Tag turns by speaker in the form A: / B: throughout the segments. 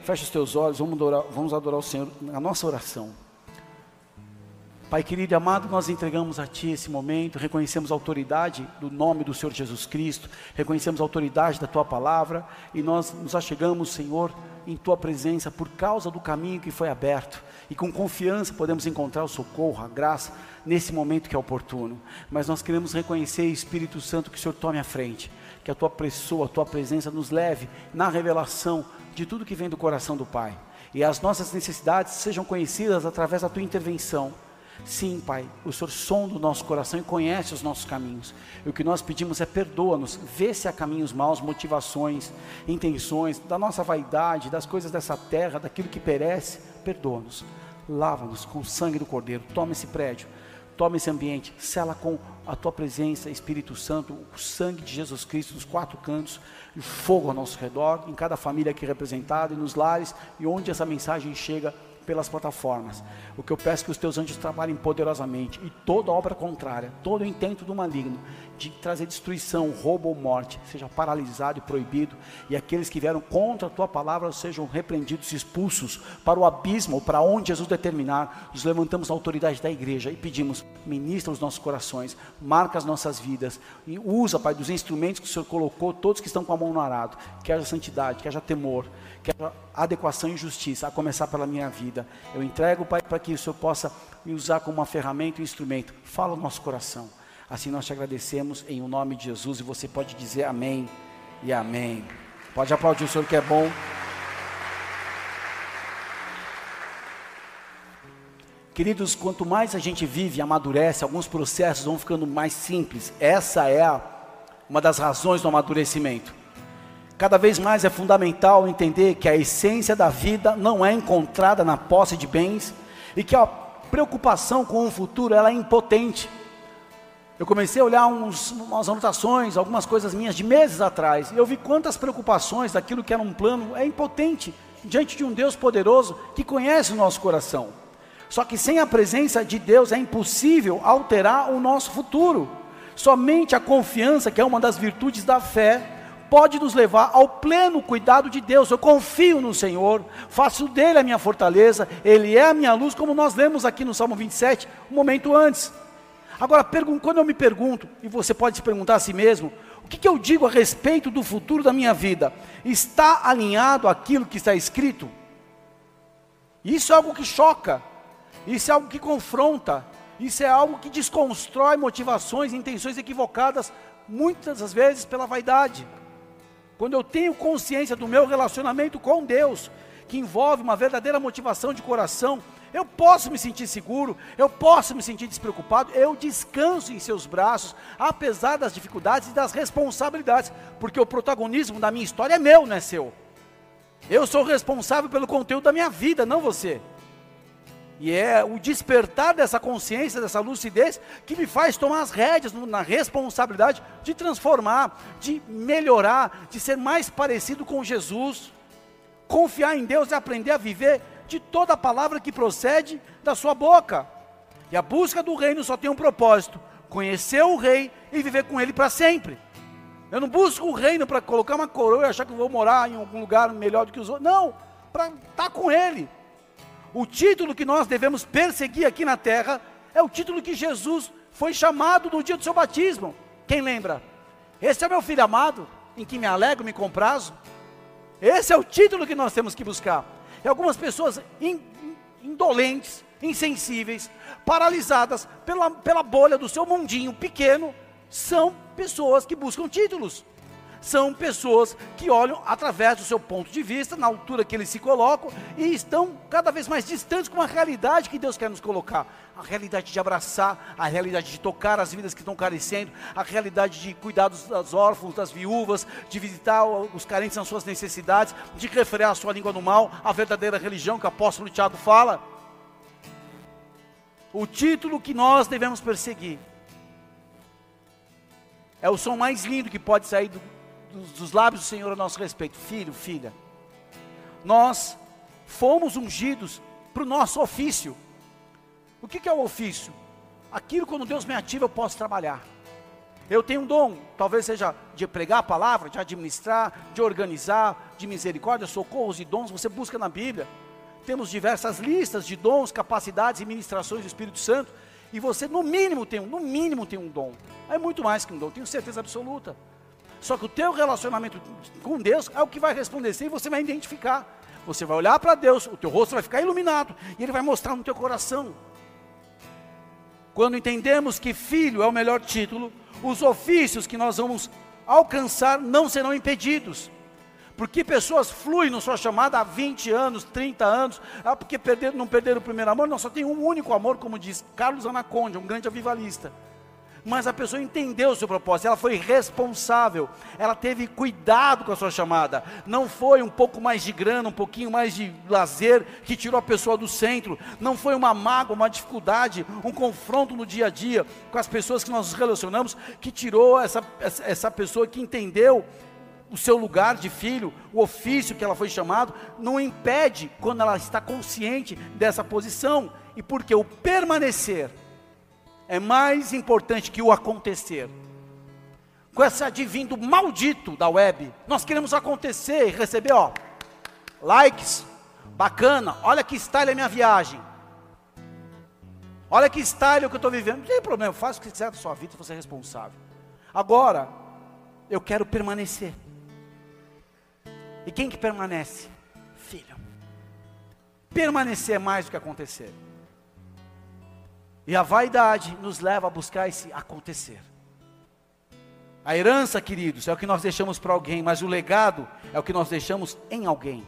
A: Fecha os teus olhos, vamos adorar o Senhor na nossa oração. Pai querido e amado, nós entregamos a Ti esse momento, reconhecemos a autoridade do nome do Senhor Jesus Cristo, reconhecemos a autoridade da Tua palavra, e nós nos achegamos, Senhor, em Tua presença, por causa do caminho que foi aberto, e com confiança podemos encontrar o socorro, a graça, nesse momento que é oportuno. Mas nós queremos reconhecer, Espírito Santo, que o Senhor tome a frente, que a Tua pessoa, a Tua presença nos leve na revelação de tudo que vem do coração do Pai, e as nossas necessidades sejam conhecidas através da Tua intervenção. Sim, Pai, o Senhor sonda o nosso coração e conhece os nossos caminhos, e o que nós pedimos é perdoa-nos, vê se há caminhos maus, motivações, intenções, da nossa vaidade, das coisas dessa terra, daquilo que perece, perdoa-nos, lava-nos com o sangue do Cordeiro, toma esse prédio, toma esse ambiente, sela com a Tua presença, Espírito Santo, o sangue de Jesus Cristo dos 4 cantos, e o fogo ao nosso redor, em cada família aqui representada, e nos lares, e onde essa mensagem chega pelas plataformas. O que eu peço é que os Teus anjos trabalhem poderosamente, e toda obra contrária, todo o intento do maligno, de trazer destruição, roubo ou morte, seja paralisado e proibido, e aqueles que vieram contra a Tua palavra sejam repreendidos, expulsos para o abismo, ou para onde Jesus determinar. Nos levantamos na autoridade da igreja e pedimos, ministra os nossos corações, marca as nossas vidas, e usa, Pai, dos instrumentos que o Senhor colocou, todos que estão com a mão no arado, que haja santidade, que haja temor, que haja adequação e justiça, a começar pela minha vida. Eu entrego, Pai, para que o Senhor possa me usar como uma ferramenta e um instrumento. Fala no nosso coração. Assim nós te agradecemos em o nome de Jesus, e você pode dizer amém e amém. Pode aplaudir o Senhor, que é bom. Queridos, quanto mais a gente vive e amadurece, alguns processos vão ficando mais simples. Essa é uma das razões do amadurecimento. Cada vez mais é fundamental entender que a essência da vida não é encontrada na posse de bens, e que a preocupação com o futuro, ela é impotente. Eu comecei a olhar umas anotações, algumas coisas minhas de meses atrás, e eu vi quantas preocupações daquilo que era um plano é impotente, diante de um Deus poderoso, que conhece o nosso coração. Só que sem a presença de Deus é impossível alterar o nosso futuro. Somente a confiança, que é uma das virtudes da fé, pode nos levar ao pleno cuidado de Deus. Eu confio no Senhor, faço dele a minha fortaleza, Ele é a minha luz, como nós lemos aqui no Salmo 27, um momento antes. Agora, quando eu me pergunto, e você pode se perguntar a si mesmo, o que eu digo a respeito do futuro da minha vida? Está alinhado àquilo que está escrito? Isso é algo que choca, isso é algo que confronta, isso é algo que desconstrói motivações e intenções equivocadas, muitas das vezes pela vaidade. Quando eu tenho consciência do meu relacionamento com Deus, que envolve uma verdadeira motivação de coração, eu posso me sentir seguro, eu posso me sentir despreocupado, eu descanso em seus braços, apesar das dificuldades e das responsabilidades, porque o protagonismo da minha história é meu, não é seu. Eu sou responsável pelo conteúdo da minha vida, não você. E é o despertar dessa consciência, dessa lucidez, que me faz tomar as rédeas na responsabilidade de transformar, de melhorar, de ser mais parecido com Jesus. Confiar em Deus é aprender a viver de toda a palavra que procede da sua boca. E a busca do reino só tem um propósito: conhecer o rei e viver com ele para sempre. Eu não busco o reino para colocar uma coroa e achar que eu vou morar em algum lugar melhor do que os outros. Não, para estar com ele. O título que nós devemos perseguir aqui na terra é o título que Jesus foi chamado no dia do seu batismo. Quem lembra? Esse é meu filho amado, em quem me alegro, me comprazo. Esse é o título que nós temos que buscar. E algumas pessoas indolentes, insensíveis, paralisadas pela bolha do seu mundinho pequeno, são pessoas que buscam títulos. São pessoas que olham através do seu ponto de vista, na altura que eles se colocam, e estão cada vez mais distantes com a realidade que Deus quer nos colocar. A realidade de abraçar, a realidade de tocar as vidas que estão carecendo, a realidade de cuidar dos órfãos, das viúvas, de visitar os carentes nas suas necessidades, de refrear a sua língua no mal, a verdadeira religião que o apóstolo Tiago fala. O título que nós devemos perseguir é o som mais lindo que pode sair dos lábios do Senhor a nosso respeito. Filho, filha, nós fomos ungidos para o nosso ofício. O que é o ofício? Aquilo, quando Deus me ativa, eu posso trabalhar. Eu tenho um dom, talvez seja de pregar a palavra, de administrar, de organizar, de misericórdia, socorros e dons, você busca na Bíblia. Temos diversas listas de dons, capacidades e ministrações do Espírito Santo, e você no mínimo tem um dom. É muito mais que um dom, tenho certeza absoluta. Só que o teu relacionamento com Deus é o que vai resplandecer e você vai identificar. Você vai olhar para Deus, o teu rosto vai ficar iluminado, e Ele vai mostrar no teu coração. Quando entendemos que filho é o melhor título, os ofícios que nós vamos alcançar não serão impedidos. Porque pessoas fluem na sua chamada há 20 anos, 30 anos, porque não perderam o primeiro amor, não, só tem um único amor, como diz Carlos Anaconda, um grande avivalista. Mas a pessoa entendeu o seu propósito, ela foi responsável, ela teve cuidado com a sua chamada, não foi um pouco mais de grana, um pouquinho mais de lazer que tirou a pessoa do centro, não foi uma mágoa, uma dificuldade, um confronto no dia a dia com as pessoas que nós nos relacionamos, que tirou essa pessoa que entendeu o seu lugar de filho, o ofício que ela foi chamado, não impede quando ela está consciente dessa posição, e porque o permanecer é mais importante que o acontecer. Com esse advindo maldito da web, nós queremos acontecer e receber, likes, bacana, olha que style é minha viagem, olha que style é o que eu estou vivendo, não tem problema, faça o que quiser da sua vida, você é responsável. Agora, eu quero permanecer. E quem que permanece? Filho. Permanecer é mais do que acontecer. E a vaidade nos leva a buscar esse acontecer. A herança, queridos, é o que nós deixamos para alguém, mas o legado é o que nós deixamos em alguém.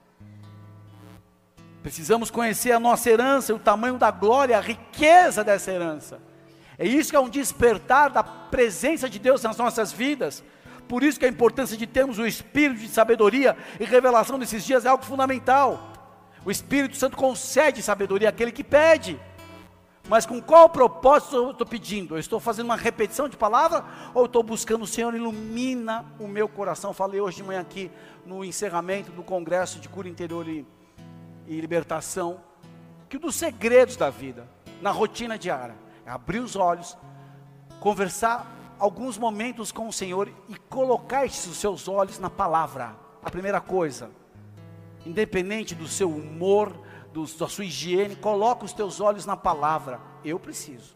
A: Precisamos conhecer a nossa herança, o tamanho da glória, a riqueza dessa herança. É isso que é um despertar da presença de Deus nas nossas vidas. Por isso que a importância de termos o espírito de sabedoria e revelação nesses dias é algo fundamental. O Espírito Santo concede sabedoria àquele que pede. Mas com qual propósito eu estou pedindo? Eu estou fazendo uma repetição de palavra? Ou estou buscando o Senhor, ilumina o meu coração? Falei hoje de manhã aqui no encerramento do congresso de cura interior e libertação, que um dos segredos da vida, na rotina diária, é abrir os olhos, conversar alguns momentos com o Senhor e colocar os seus olhos na palavra. A primeira coisa, independente do seu humor, da sua higiene, coloca os teus olhos na palavra. Eu preciso.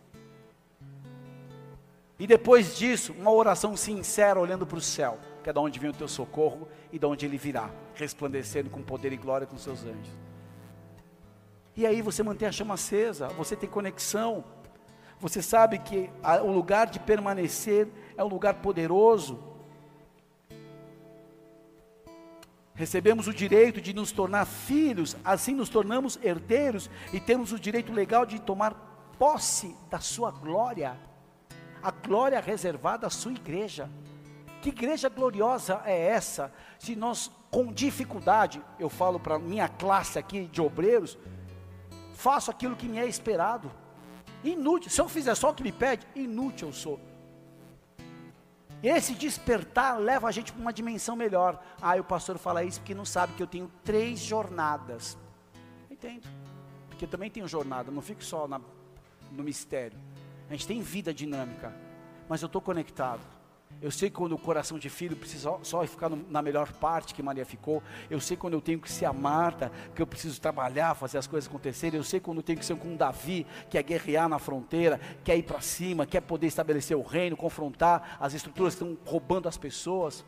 A: E depois disso, uma oração sincera olhando para o céu, que é de onde vem o teu socorro e de onde ele virá, resplandecendo com poder e glória com seus anjos. E aí você mantém a chama acesa, você tem conexão, você sabe que o lugar de permanecer é um lugar poderoso. Recebemos o direito de nos tornar filhos, assim nos tornamos herdeiros e temos o direito legal de tomar posse da sua glória, a glória reservada à sua igreja. Que igreja gloriosa é essa? Se nós com dificuldade, eu falo para minha classe aqui de obreiros, faço aquilo que me é esperado, inútil, se eu fizer só o que me pede, inútil eu sou. Esse despertar leva a gente para uma dimensão melhor. O pastor fala isso porque não sabe que eu tenho 3 jornadas. Entendo, porque eu também tenho jornada, não fico só no mistério. A gente tem vida dinâmica, mas eu estou conectado. Eu sei quando o coração de filho precisa só ficar na melhor parte que Maria ficou. Eu sei quando eu tenho que ser a Marta, que eu preciso trabalhar, fazer as coisas acontecerem. Eu sei quando eu tenho que ser como Davi, que é guerrear na fronteira, quer ir para cima, quer poder estabelecer o reino, confrontar as estruturas que estão roubando as pessoas.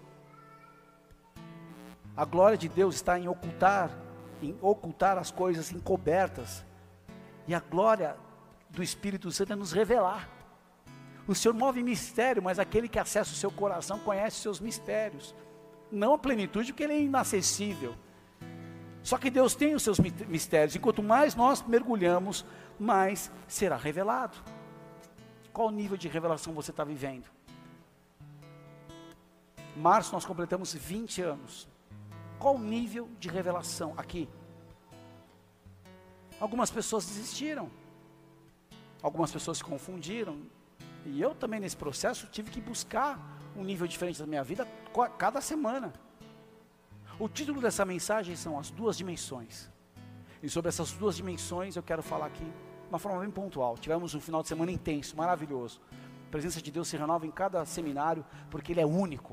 A: A glória de Deus está em ocultar as coisas encobertas. E a glória do Espírito Santo é nos revelar. O Senhor move mistério, mas aquele que acessa o seu coração conhece os seus mistérios. Não a plenitude, porque ele é inacessível. Só que Deus tem os seus mistérios. E quanto mais nós mergulhamos, mais será revelado. Qual nível de revelação você está vivendo? Março nós completamos 20 anos. Qual nível de revelação aqui? Algumas pessoas desistiram. Algumas pessoas se confundiram. E eu também nesse processo tive que buscar um nível diferente da minha vida cada semana. O título dessa mensagem são as 2 dimensões. E sobre essas 2 dimensões eu quero falar aqui de uma forma bem pontual. Tivemos um final de semana intenso, maravilhoso. A presença de Deus se renova em cada seminário, porque Ele é único.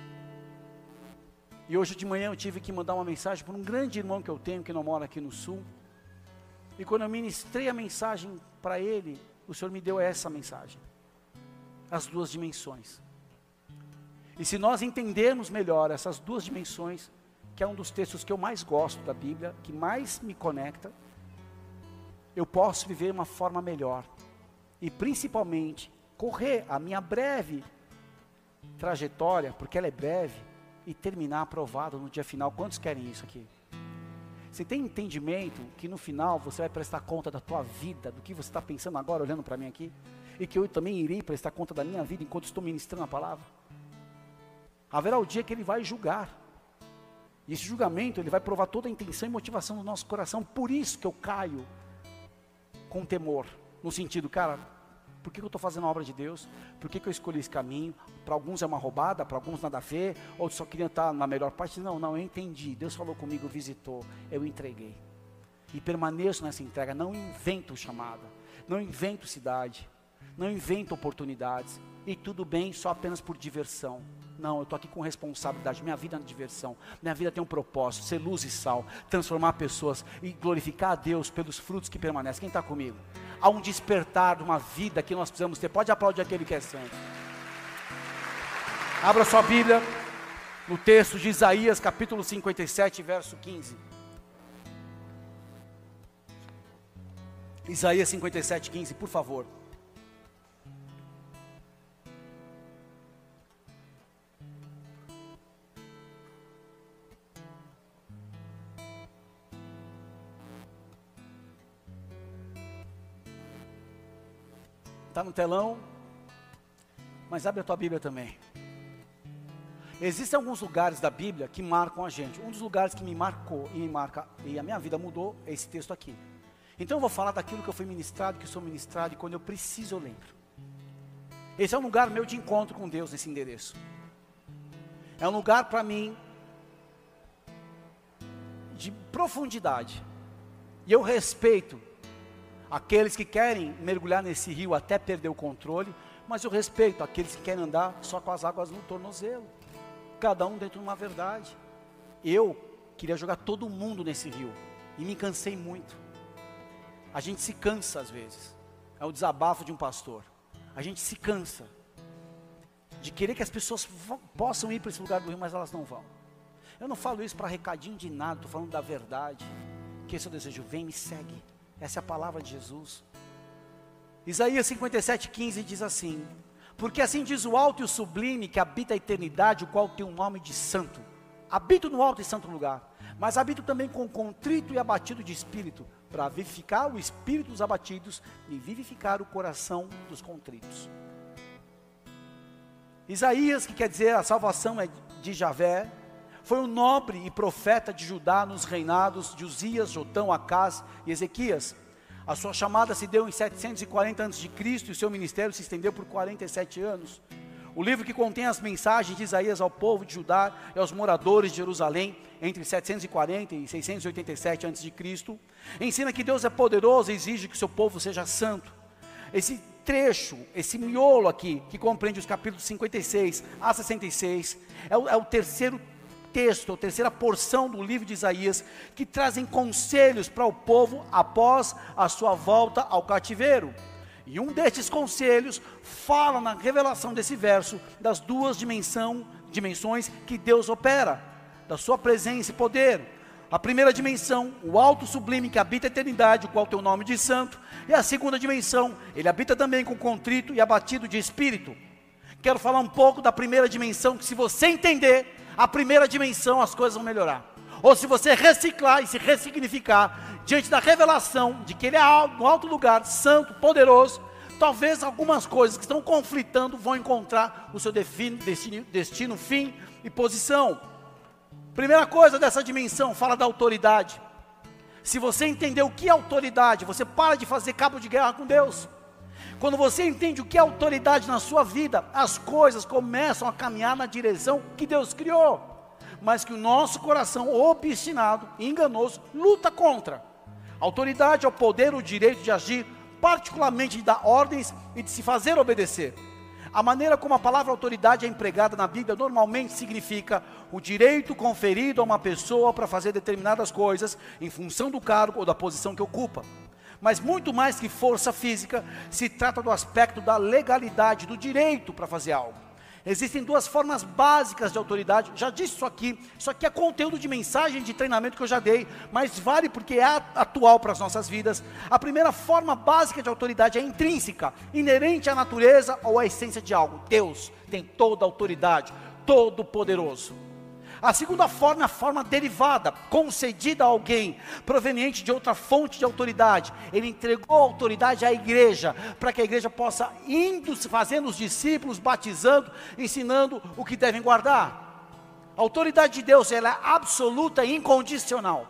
A: E hoje de manhã eu tive que mandar uma mensagem para um grande irmão que eu tenho, que não mora aqui no sul. E quando eu ministrei a mensagem para ele, o Senhor me deu essa mensagem. As duas dimensões. E se nós entendermos melhor essas duas dimensões, que é um dos textos que eu mais gosto da Bíblia, que mais me conecta, eu posso viver uma forma melhor. E principalmente, correr a minha breve trajetória, porque ela é breve, e terminar aprovado no dia final. Quantos querem isso aqui? Você tem entendimento que no final você vai prestar conta da tua vida, do que você está pensando agora, olhando para mim aqui? E que eu também irei prestar conta da minha vida enquanto estou ministrando a palavra? Haverá o dia que Ele vai julgar. E esse julgamento, Ele vai provar toda a intenção e motivação do nosso coração. Por isso que eu caio com temor. No sentido, cara, por que eu estou fazendo a obra de Deus? Por que eu escolhi esse caminho? Para alguns é uma roubada, para alguns nada a ver, outros só queriam estar na melhor parte. Não, eu entendi. Deus falou comigo, visitou, eu entreguei. E permaneço nessa entrega. Não invento chamada, não invento cidade, não invento oportunidades. E tudo bem só apenas por diversão. Não, eu estou aqui com responsabilidade. Minha vida é diversão. Minha vida tem um propósito, ser luz e sal, transformar pessoas e glorificar a Deus pelos frutos que permanecem. Quem está comigo? Há um despertar de uma vida que nós precisamos ter. Pode aplaudir aquele que é santo. Abra sua Bíblia no texto de Isaías, capítulo 57, verso 15. Isaías 57, 15, por favor. Está no telão, mas abre a tua Bíblia também. Existem alguns lugares da Bíblia que marcam a gente. Um dos lugares que me marcou e me marca, e a minha vida mudou, é esse texto aqui. Então eu vou falar daquilo que eu fui ministrado, que eu sou ministrado, e quando eu preciso eu lembro. Esse é um lugar meu de encontro com Deus, nesse endereço. É um lugar para mim de profundidade. E eu respeito aqueles que querem mergulhar nesse rio até perder o controle, mas eu respeito aqueles que querem andar só com as águas no tornozelo. Cada um dentro de uma verdade. Eu queria jogar todo mundo nesse rio e me cansei muito. A gente se cansa às vezes. É o desabafo de um pastor. A gente se cansa de querer que as pessoas possam ir para esse lugar do rio, mas elas não vão. Eu não falo isso para recadinho de nada, estou falando da verdade. Que esse é o desejo, vem, me segue. Essa é a palavra de Jesus. Isaías 57,15 diz assim: porque assim diz o alto e o sublime, que habita a eternidade, o qual tem o nome de santo. Habito no alto e santo lugar, mas habito também com contrito e abatido de espírito, para vivificar o espírito dos abatidos e vivificar o coração dos contritos. Isaías, que quer dizer a salvação é de Javé, foi um nobre e profeta de Judá nos reinados de Uzias, Jotão, Acás e Ezequias. A sua chamada se deu em 740 a.C. e o seu ministério se estendeu por 47 anos. O livro que contém as mensagens de Isaías ao povo de Judá e aos moradores de Jerusalém, entre 740 e 687 a.C., ensina que Deus é poderoso e exige que o seu povo seja santo. Esse trecho, esse miolo aqui, que compreende os capítulos 56 a 66, é o terceiro texto, a terceira porção do livro de Isaías, que trazem conselhos para o povo após a sua volta ao cativeiro. E um destes conselhos fala na revelação desse verso das duas dimensões que Deus opera, da sua presença e poder. A primeira dimensão, o alto sublime que habita a eternidade, o qual tem o nome de santo. E a segunda dimensão, ele habita também com contrito e abatido de espírito. Quero falar um pouco da primeira dimensão, que se você entender a primeira dimensão, as coisas vão melhorar. Ou se você reciclar e se ressignificar diante da revelação de que Ele é no alto lugar, santo, poderoso, talvez algumas coisas que estão conflitando vão encontrar o seu destino, fim e posição. Primeira coisa dessa dimensão, fala da autoridade. Se você entender o que é autoridade, você para de fazer cabo de guerra com Deus. Quando você entende o que é autoridade na sua vida, as coisas começam a caminhar na direção que Deus criou, mas que o nosso coração obstinado e enganoso luta contra. Autoridade é o poder, o direito de agir, particularmente de dar ordens e de se fazer obedecer. A maneira como a palavra autoridade é empregada na Bíblia normalmente significa o direito conferido a uma pessoa para fazer determinadas coisas em função do cargo ou da posição que ocupa. Mas muito mais que força física, se trata do aspecto da legalidade, do direito para fazer algo. Existem duas formas básicas de autoridade, já disse isso aqui é conteúdo de mensagem de treinamento que eu já dei, mas vale porque é atual para as nossas vidas. A primeira forma básica de autoridade é intrínseca, inerente à natureza ou à essência de algo. Deus tem toda a autoridade, todo poderoso. A segunda forma é a forma derivada, concedida a alguém, proveniente de outra fonte de autoridade. Ele entregou a autoridade à igreja, para que a igreja possa indo, fazendo os discípulos, batizando, ensinando o que devem guardar. A autoridade de Deus, ela é absoluta e incondicional.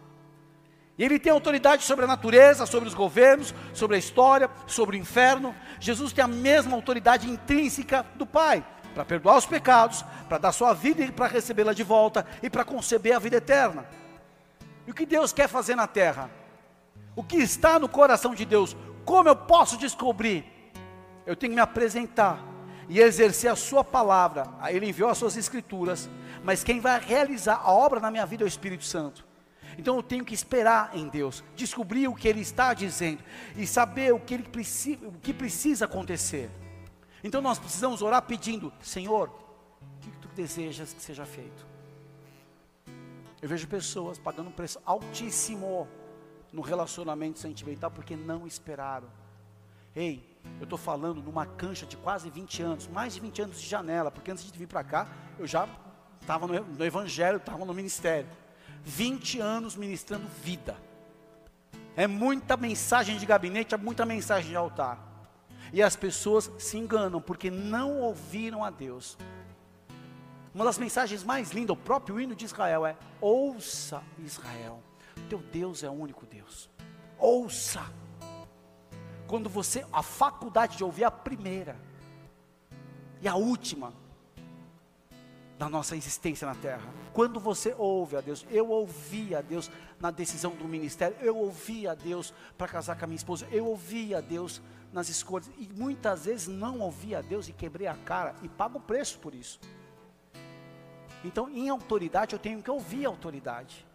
A: E Ele tem autoridade sobre a natureza, sobre os governos, sobre a história, sobre o inferno. Jesus tem a mesma autoridade intrínseca do Pai, para perdoar os pecados, para dar sua vida e para recebê-la de volta, e para conceber a vida eterna. E o que Deus quer fazer na terra? O que está no coração de Deus? Como eu posso descobrir? Eu tenho que me apresentar e exercer a sua palavra. Ele enviou as suas escrituras, mas quem vai realizar a obra na minha vida é o Espírito Santo. Então eu tenho que esperar em Deus, descobrir o que Ele está dizendo, e saber o que precisa acontecer. Então nós precisamos orar pedindo: Senhor, o que Tu desejas que seja feito? Eu vejo pessoas pagando um preço altíssimo no relacionamento sentimental porque não esperaram. Ei, eu estou falando numa cancha de quase 20 anos, mais de 20 anos de janela, porque antes de vir para cá, eu já estava no evangelho, estava no ministério. 20 anos ministrando vida. É muita mensagem de gabinete, é muita mensagem de altar. E as pessoas se enganam, porque não ouviram a Deus. Uma das mensagens mais lindas, o próprio hino de Israel é: ouça Israel, teu Deus é o único Deus. Ouça. Quando você, a faculdade de ouvir a primeira e a última da nossa existência na terra. Quando você ouve a Deus, eu ouvi a Deus na decisão do ministério, eu ouvi a Deus para casar com a minha esposa, eu ouvi a Deus nas escolhas, e muitas vezes não ouvi a Deus e quebrei a cara, e pago o preço por isso. Então, em autoridade, eu tenho que ouvir a autoridade.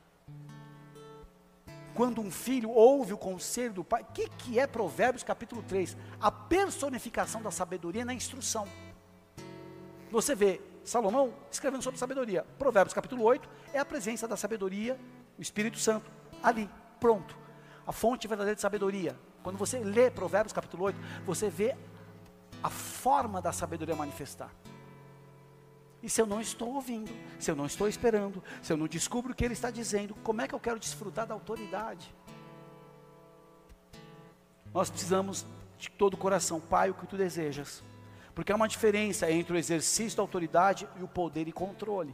A: Quando um filho ouve o conselho do pai, o que é Provérbios capítulo 3? A personificação da sabedoria na instrução. Você vê Salomão escrevendo sobre sabedoria. Provérbios capítulo 8 é a presença da sabedoria, o Espírito Santo, ali, pronto. A fonte verdadeira de sabedoria. Quando você lê Provérbios capítulo 8, você vê a forma da sabedoria manifestar. E se eu não estou ouvindo, se eu não estou esperando, se eu não descubro o que Ele está dizendo, como é que eu quero desfrutar da autoridade? Nós precisamos de todo o coração: Pai, o que Tu desejas? Porque há uma diferença entre o exercício da autoridade e o poder e controle.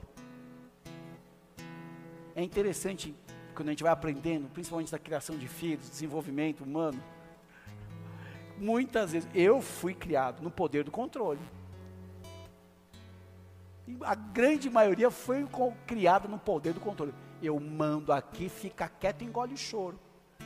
A: É interessante, quando a gente vai aprendendo, principalmente da criação de filhos, desenvolvimento humano, muitas vezes eu fui criado no poder do controle. E a grande maioria foi criada no poder do controle. Eu mando aqui, fica quieto e engole o choro.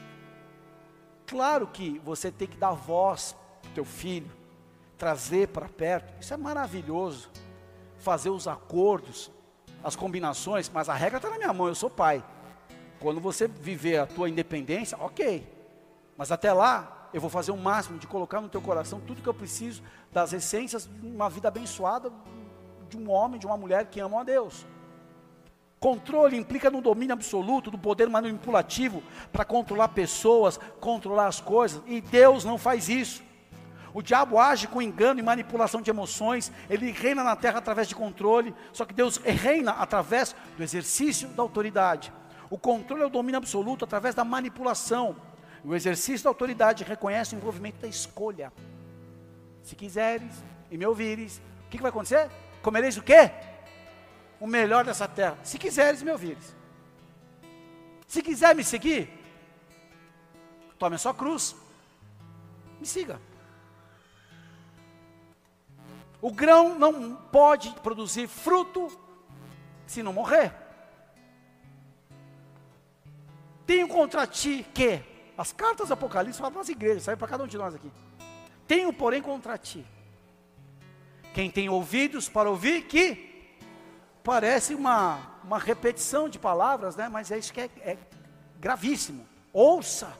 A: Claro que você tem que dar voz para o teu filho, trazer para perto, isso é maravilhoso. Fazer os acordos, as combinações, mas a regra está na minha mão, eu sou pai. Quando você viver a tua independência, ok. Mas até lá, eu vou fazer o máximo de colocar no teu coração tudo que eu preciso, das essências de uma vida abençoada, de um homem, de uma mulher que amam a Deus. Controle implica no domínio absoluto, do poder manipulativo, para controlar pessoas, controlar as coisas, e Deus não faz isso. O diabo age com engano e manipulação de emoções, ele reina na terra através de controle, só que Deus reina através do exercício da autoridade. O controle é o domínio absoluto através da manipulação. O exercício da autoridade reconhece o envolvimento da escolha. Se quiseres e me ouvires, o que vai acontecer? Comereis o quê? O melhor dessa terra. Se quiseres e me ouvires. Se quiser me seguir, tome a sua cruz, me siga. O grão não pode produzir fruto se não morrer. Tenho contra ti que, as cartas do Apocalipse falam para as igrejas, serve para cada um de nós aqui. Tenho, porém, contra ti Quem tem ouvidos para ouvir, que parece uma repetição de palavras, né? Mas é isso que é gravíssimo. Ouça.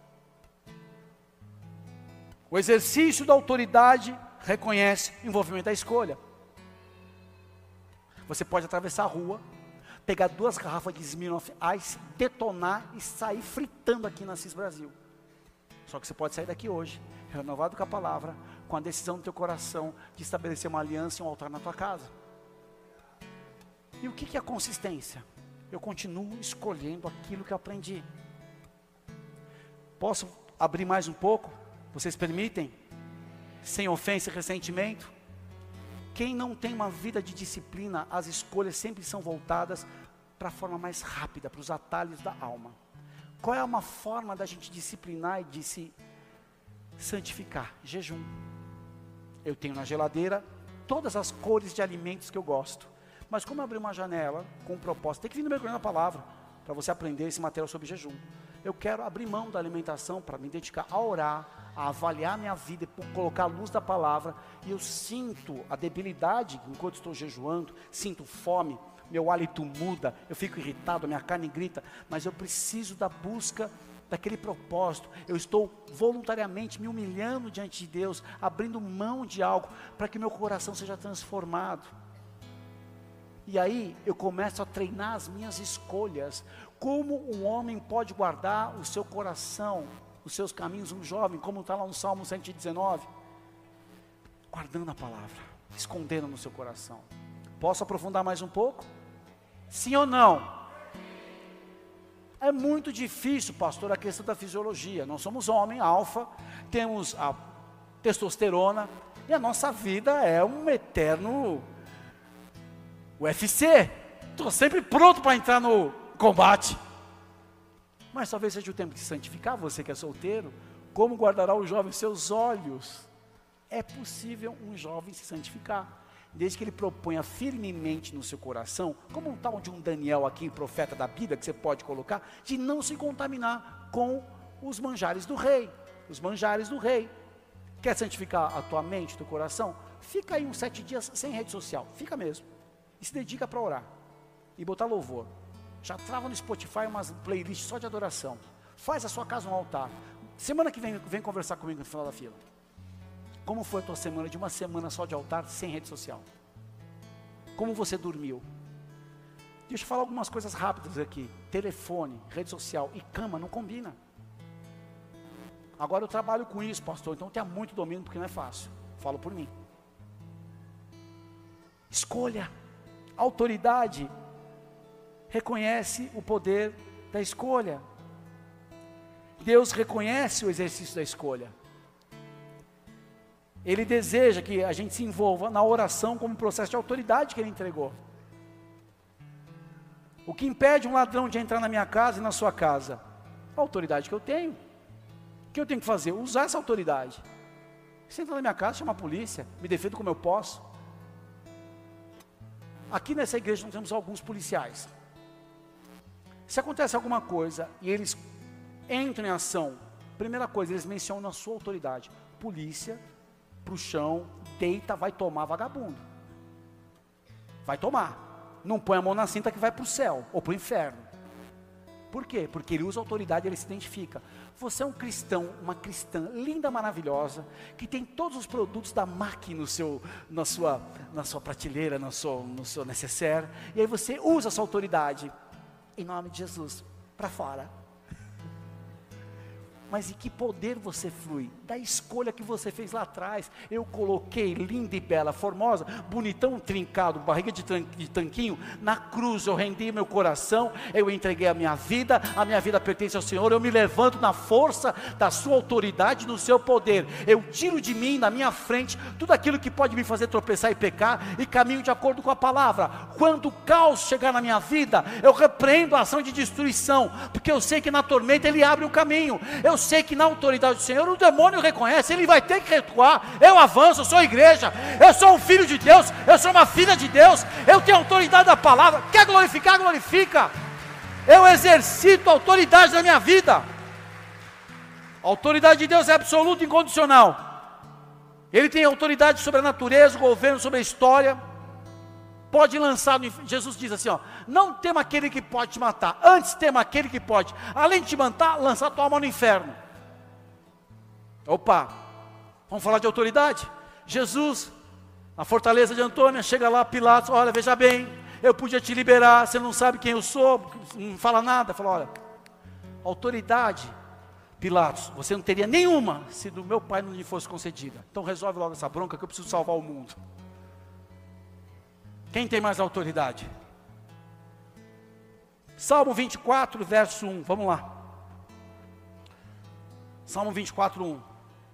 A: O exercício da autoridade reconhece o envolvimento da escolha. Você pode atravessar a rua, pegar 2 garrafas de Smirnoff Ice, detonar e sair fritando aqui na CIS Brasil. Só que você pode sair daqui hoje, renovado com a palavra, com a decisão do teu coração de estabelecer uma aliança e um altar na tua casa. E o que é consistência? Eu continuo escolhendo aquilo que eu aprendi. Posso abrir mais um pouco? Vocês permitem? Sem ofensa e ressentimento? Quem não tem uma vida de disciplina, as escolhas sempre são voltadas para a forma mais rápida, para os atalhos da alma. Qual é uma forma da gente disciplinar e de se santificar? Jejum. Eu tenho na geladeira todas as cores de alimentos que eu gosto. Mas como eu abri uma janela com um propósito, tem que vir no mergulho na palavra, para você aprender esse material sobre jejum. Eu quero abrir mão da alimentação para me dedicar a orar, a avaliar minha vida, colocar a luz da palavra. E eu sinto a debilidade enquanto estou jejuando, sinto fome, meu hálito muda, eu fico irritado, minha carne grita, mas eu preciso da busca daquele propósito. Eu estou voluntariamente me humilhando diante de Deus, abrindo mão de algo, para que meu coração seja transformado. E aí eu começo a treinar as minhas escolhas. Como um homem pode guardar o seu coração, os seus caminhos, um jovem, como está lá no Salmo 119? Guardando a palavra, escondendo no seu coração. Posso aprofundar mais um pouco? Sim ou não? É muito difícil, pastor, a questão da fisiologia. Nós somos homem, alfa, temos a testosterona, e a nossa vida é um eterno UFC. Estou sempre pronto para entrar no combate. Mas talvez seja o tempo de santificar, você que é solteiro. Como guardará o jovem seus olhos? É possível um jovem se santificar, desde que ele proponha firmemente no seu coração, como um tal de um Daniel aqui, profeta da Bíblia, que você pode colocar, de não se contaminar com os manjares do rei. Os manjares do rei. Quer santificar a tua mente, teu coração? Fica aí uns 7 dias sem rede social, fica mesmo. E se dedica para orar, e botar louvor. Já trava no Spotify umas playlists só de adoração. Faz a sua casa um altar. Semana que vem conversar comigo no final da fila. Como foi a tua semana, de uma semana só de altar, sem rede social? Como você dormiu? Deixa eu falar algumas coisas rápidas aqui. Telefone, rede social e cama não combina. Agora eu trabalho com isso, pastor, então tenha muito domínio, porque não é fácil. Falo por mim. Escolha. Autoridade reconhece o poder da escolha. Deus reconhece o exercício da escolha. Ele deseja que a gente se envolva na oração como processo de autoridade que Ele entregou. O que impede um ladrão de entrar na minha casa e na sua casa? A autoridade que eu tenho. O que eu tenho que fazer? Usar essa autoridade. Se entrar na minha casa, chama a polícia, me defendo como eu posso. Aqui nessa igreja nós temos alguns policiais. Se acontece alguma coisa e eles entram em ação, primeira coisa, eles mencionam a sua autoridade. Polícia, pro chão, deita, vai tomar, vagabundo. Vai tomar. Não põe a mão na cinta que vai para o céu ou para o inferno. Por quê? Porque ele usa autoridade, ele se identifica. Você é um cristão, uma cristã linda, maravilhosa, que tem todos os produtos da MAC na sua prateleira, no seu necessaire, e aí você usa essa autoridade, em nome de Jesus, para fora. Mas em que poder você flui? Da escolha que você fez lá atrás. Eu coloquei linda e bela, formosa, bonitão, trincado, barriga de tanquinho, na cruz eu rendi meu coração, eu entreguei a minha vida pertence ao Senhor, eu me levanto na força da sua autoridade, no seu poder, eu tiro de mim, na minha frente, tudo aquilo que pode me fazer tropeçar e pecar, e caminho de acordo com a palavra. Quando o caos chegar na minha vida, eu repreendo a ação de destruição, porque eu sei que na tormenta Ele abre o caminho, eu sei que na autoridade do Senhor, o demônio reconhece, ele vai ter que recuar. Eu avanço, eu sou igreja, eu sou um filho de Deus, eu sou uma filha de Deus, eu tenho autoridade da palavra. Quer glorificar, glorifica. Eu exercito a autoridade da minha vida. A autoridade de Deus é absoluta e incondicional. Ele tem autoridade sobre a natureza, o governo, sobre a história. Pode lançar no inferno. Jesus diz assim, ó, não tema aquele que pode te matar, antes tema aquele que pode, além de te matar, lançar tua alma no inferno. Opa, vamos falar de autoridade? Jesus, na fortaleza de Antônia, chega lá, Pilatos, olha, veja bem, eu podia te liberar, você não sabe quem eu sou, não fala nada. Fala, olha, autoridade, Pilatos, você não teria nenhuma se do meu pai não lhe fosse concedida. Então resolve logo essa bronca que eu preciso salvar o mundo. Quem tem mais autoridade? Salmo 24, verso 1, vamos lá. Salmo 24, 1.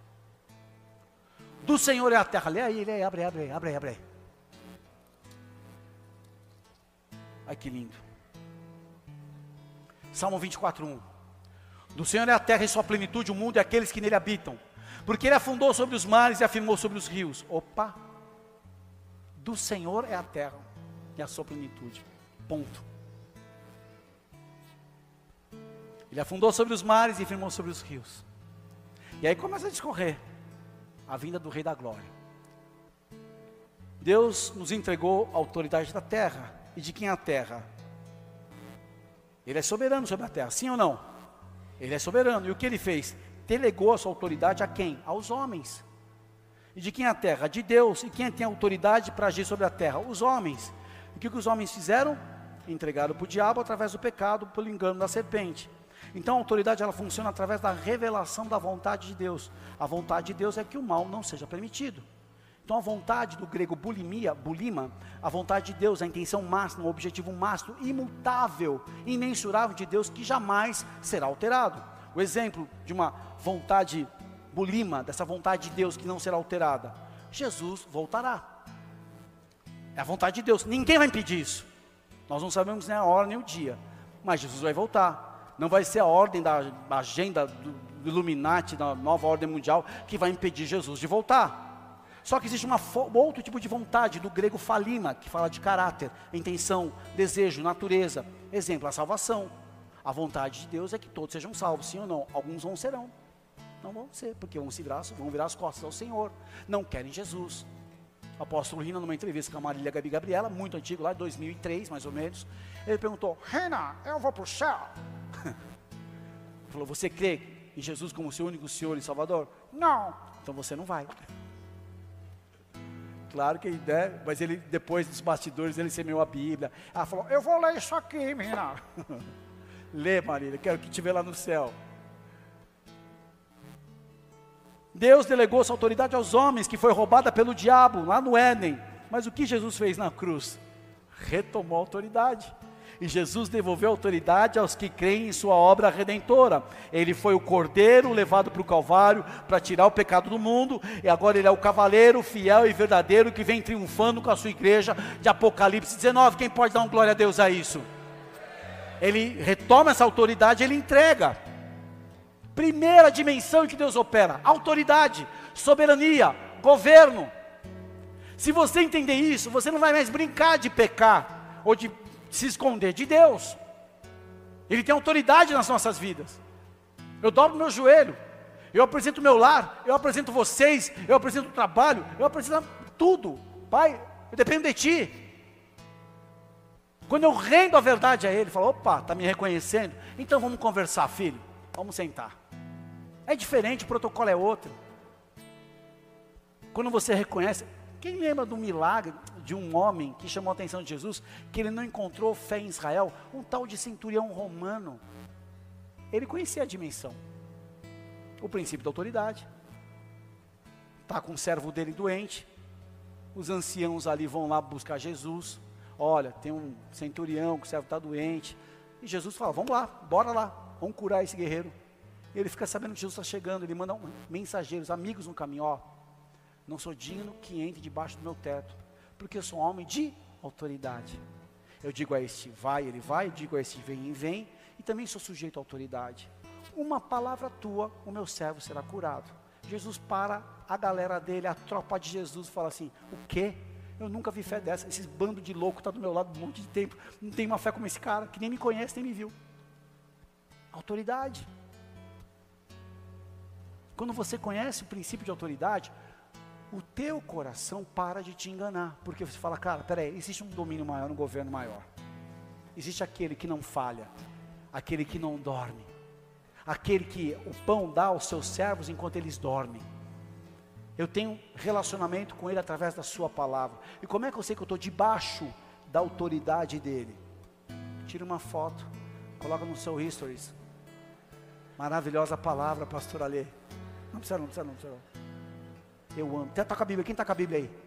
A: Do Senhor é a terra. Lê aí, abre aí. Ai, que lindo. Salmo 24, 1. Do Senhor é a terra e sua plenitude, o mundo e aqueles que nele habitam. Porque Ele afundou sobre os mares e afirmou sobre os rios. Opa! Do Senhor é a terra e a sua plenitude. Ponto. Ele afundou sobre os mares e firmou sobre os rios. E aí começa a discorrer a vinda do Rei da Glória. Deus nos entregou a autoridade da terra. E de quem é a terra? Ele é soberano sobre a terra, sim ou não? Ele é soberano. E o que Ele fez? Delegou a sua autoridade a quem? Aos homens. E de quem é a terra? De Deus. E quem tem autoridade para agir sobre a terra? Os homens. E o que os homens fizeram? Entregaram para o diabo através do pecado, pelo engano da serpente. Então a autoridade ela funciona através da revelação da vontade de Deus. A vontade de Deus é que o mal não seja permitido. Então a vontade do grego bulima, a vontade de Deus, a intenção máxima, o objetivo máximo, imutável, imensurável de Deus, que jamais será alterado. O exemplo de uma vontade bulima, dessa vontade de Deus que não será alterada: Jesus voltará. É a vontade de Deus, ninguém vai impedir isso. Nós não sabemos nem a hora nem o dia, mas Jesus vai voltar. Não vai ser a ordem da agenda do Illuminati, da nova ordem mundial, que vai impedir Jesus de voltar. Só que existe outro tipo de vontade, do grego falima, que fala de caráter, intenção, desejo, natureza. Exemplo, a salvação. A vontade de Deus é que todos sejam salvos, sim ou não? Alguns não serão. Não vão ser, porque vão virar as costas ao Senhor. Não querem Jesus. O apóstolo Rina, numa entrevista com a Marília Gabi Gabriela, muito antigo, lá de 2003, mais ou menos, ele perguntou: Rina, eu vou para o céu? Ele falou: você crê em Jesus como seu único Senhor e Salvador? Não. Então você não vai. Claro que ele der, mas ele, depois dos bastidores, ele semeou a Bíblia. Ela falou: eu vou ler isso aqui, menina. Lê, Marília, quero que te vê lá no céu. Deus delegou sua autoridade aos homens, que foi roubada pelo diabo, lá no Éden. Mas o que Jesus fez na cruz? Retomou a autoridade. E Jesus devolveu a autoridade aos que creem em sua obra redentora. Ele foi o cordeiro levado para o Calvário para tirar o pecado do mundo, e agora ele é o cavaleiro fiel e verdadeiro que vem triunfando com a sua igreja, de Apocalipse 19. Quem pode dar um glória a Deus a isso? Ele retoma essa autoridade, ele entrega. Primeira dimensão em que Deus opera: autoridade, soberania, governo. Se você entender isso, você não vai mais brincar de pecar, ou de se esconder de Deus. Ele tem autoridade nas nossas vidas. Eu dobro meu joelho, eu apresento o meu lar, eu apresento vocês, eu apresento o trabalho, eu apresento tudo. Pai, eu dependo de Ti. Quando eu rendo a verdade a Ele, falo: opa, está me reconhecendo? Então vamos conversar, filho, vamos sentar. É diferente, o protocolo é outro. Quando você reconhece. Quem lembra do milagre de um homem que chamou a atenção de Jesus, que ele não encontrou fé em Israel? Um tal de centurião romano. Ele conhecia a dimensão, o princípio da autoridade. Está com o servo dele doente, os anciãos ali vão lá buscar Jesus. Olha, tem um centurião que o servo está doente. E Jesus fala: vamos lá, bora lá, vamos curar esse guerreiro. Ele fica sabendo que Jesus está chegando, ele manda mensageiros, amigos no caminho: ó, não sou digno que entre debaixo do meu teto, porque eu sou um homem de autoridade. Eu digo a este vai, ele vai, eu digo a este vem, vem, e também sou sujeito à autoridade. Uma palavra tua, o meu servo será curado. Jesus para a galera dele, a tropa de Jesus, fala assim: o quê? Eu nunca vi fé dessa, esse bando de louco está do meu lado um monte de tempo, não tem uma fé como esse cara, que nem me conhece, nem me viu. Autoridade. Quando você conhece o princípio de autoridade, o teu coração para de te enganar, porque você fala, cara, peraí, existe um domínio maior, um governo maior, existe aquele que não falha, aquele que não dorme, aquele que o pão dá aos seus servos enquanto eles dormem. Eu tenho relacionamento com ele através da sua palavra. E como é que eu sei que eu estou debaixo da autoridade dele? Tira uma foto, coloca no seu stories. Maravilhosa palavra, pastor Alê. Não precisa não. Eu amo. Tá com a Bíblia, quem está com a Bíblia aí?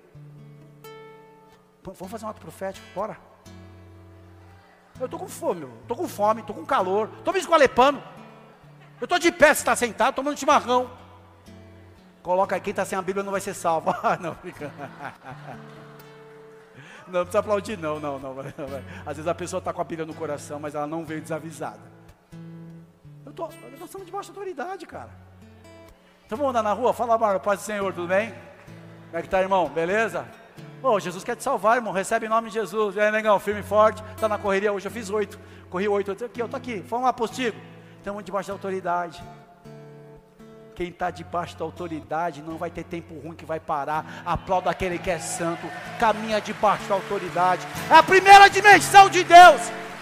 A: Vamos fazer um ato profético, bora. Eu estou com fome, estou com calor, estou me esgualepando. Eu estou de pé, você está sentado, tomando chimarrão. Coloca aí, quem está sem a Bíblia não vai ser salvo. Não, brincando. Não precisa aplaudir, não. Às vezes a pessoa está com a Bíblia no coração, mas ela não veio desavisada. Nós estamos debaixo da autoridade, cara. Então vamos andar na rua, fala, Marlon, paz do Senhor, tudo bem? Como é que tá, irmão? Beleza? Jesus quer te salvar, irmão, recebe em nome de Jesus. E aí, negão, firme e forte, está na correria hoje, eu fiz 8, corri 8, eu estou aqui, vamos lá, postigo. Estamos debaixo da autoridade. Quem está debaixo da autoridade não vai ter tempo ruim que vai parar. Aplauda aquele que é santo, caminha debaixo da autoridade. É a primeira dimensão de Deus.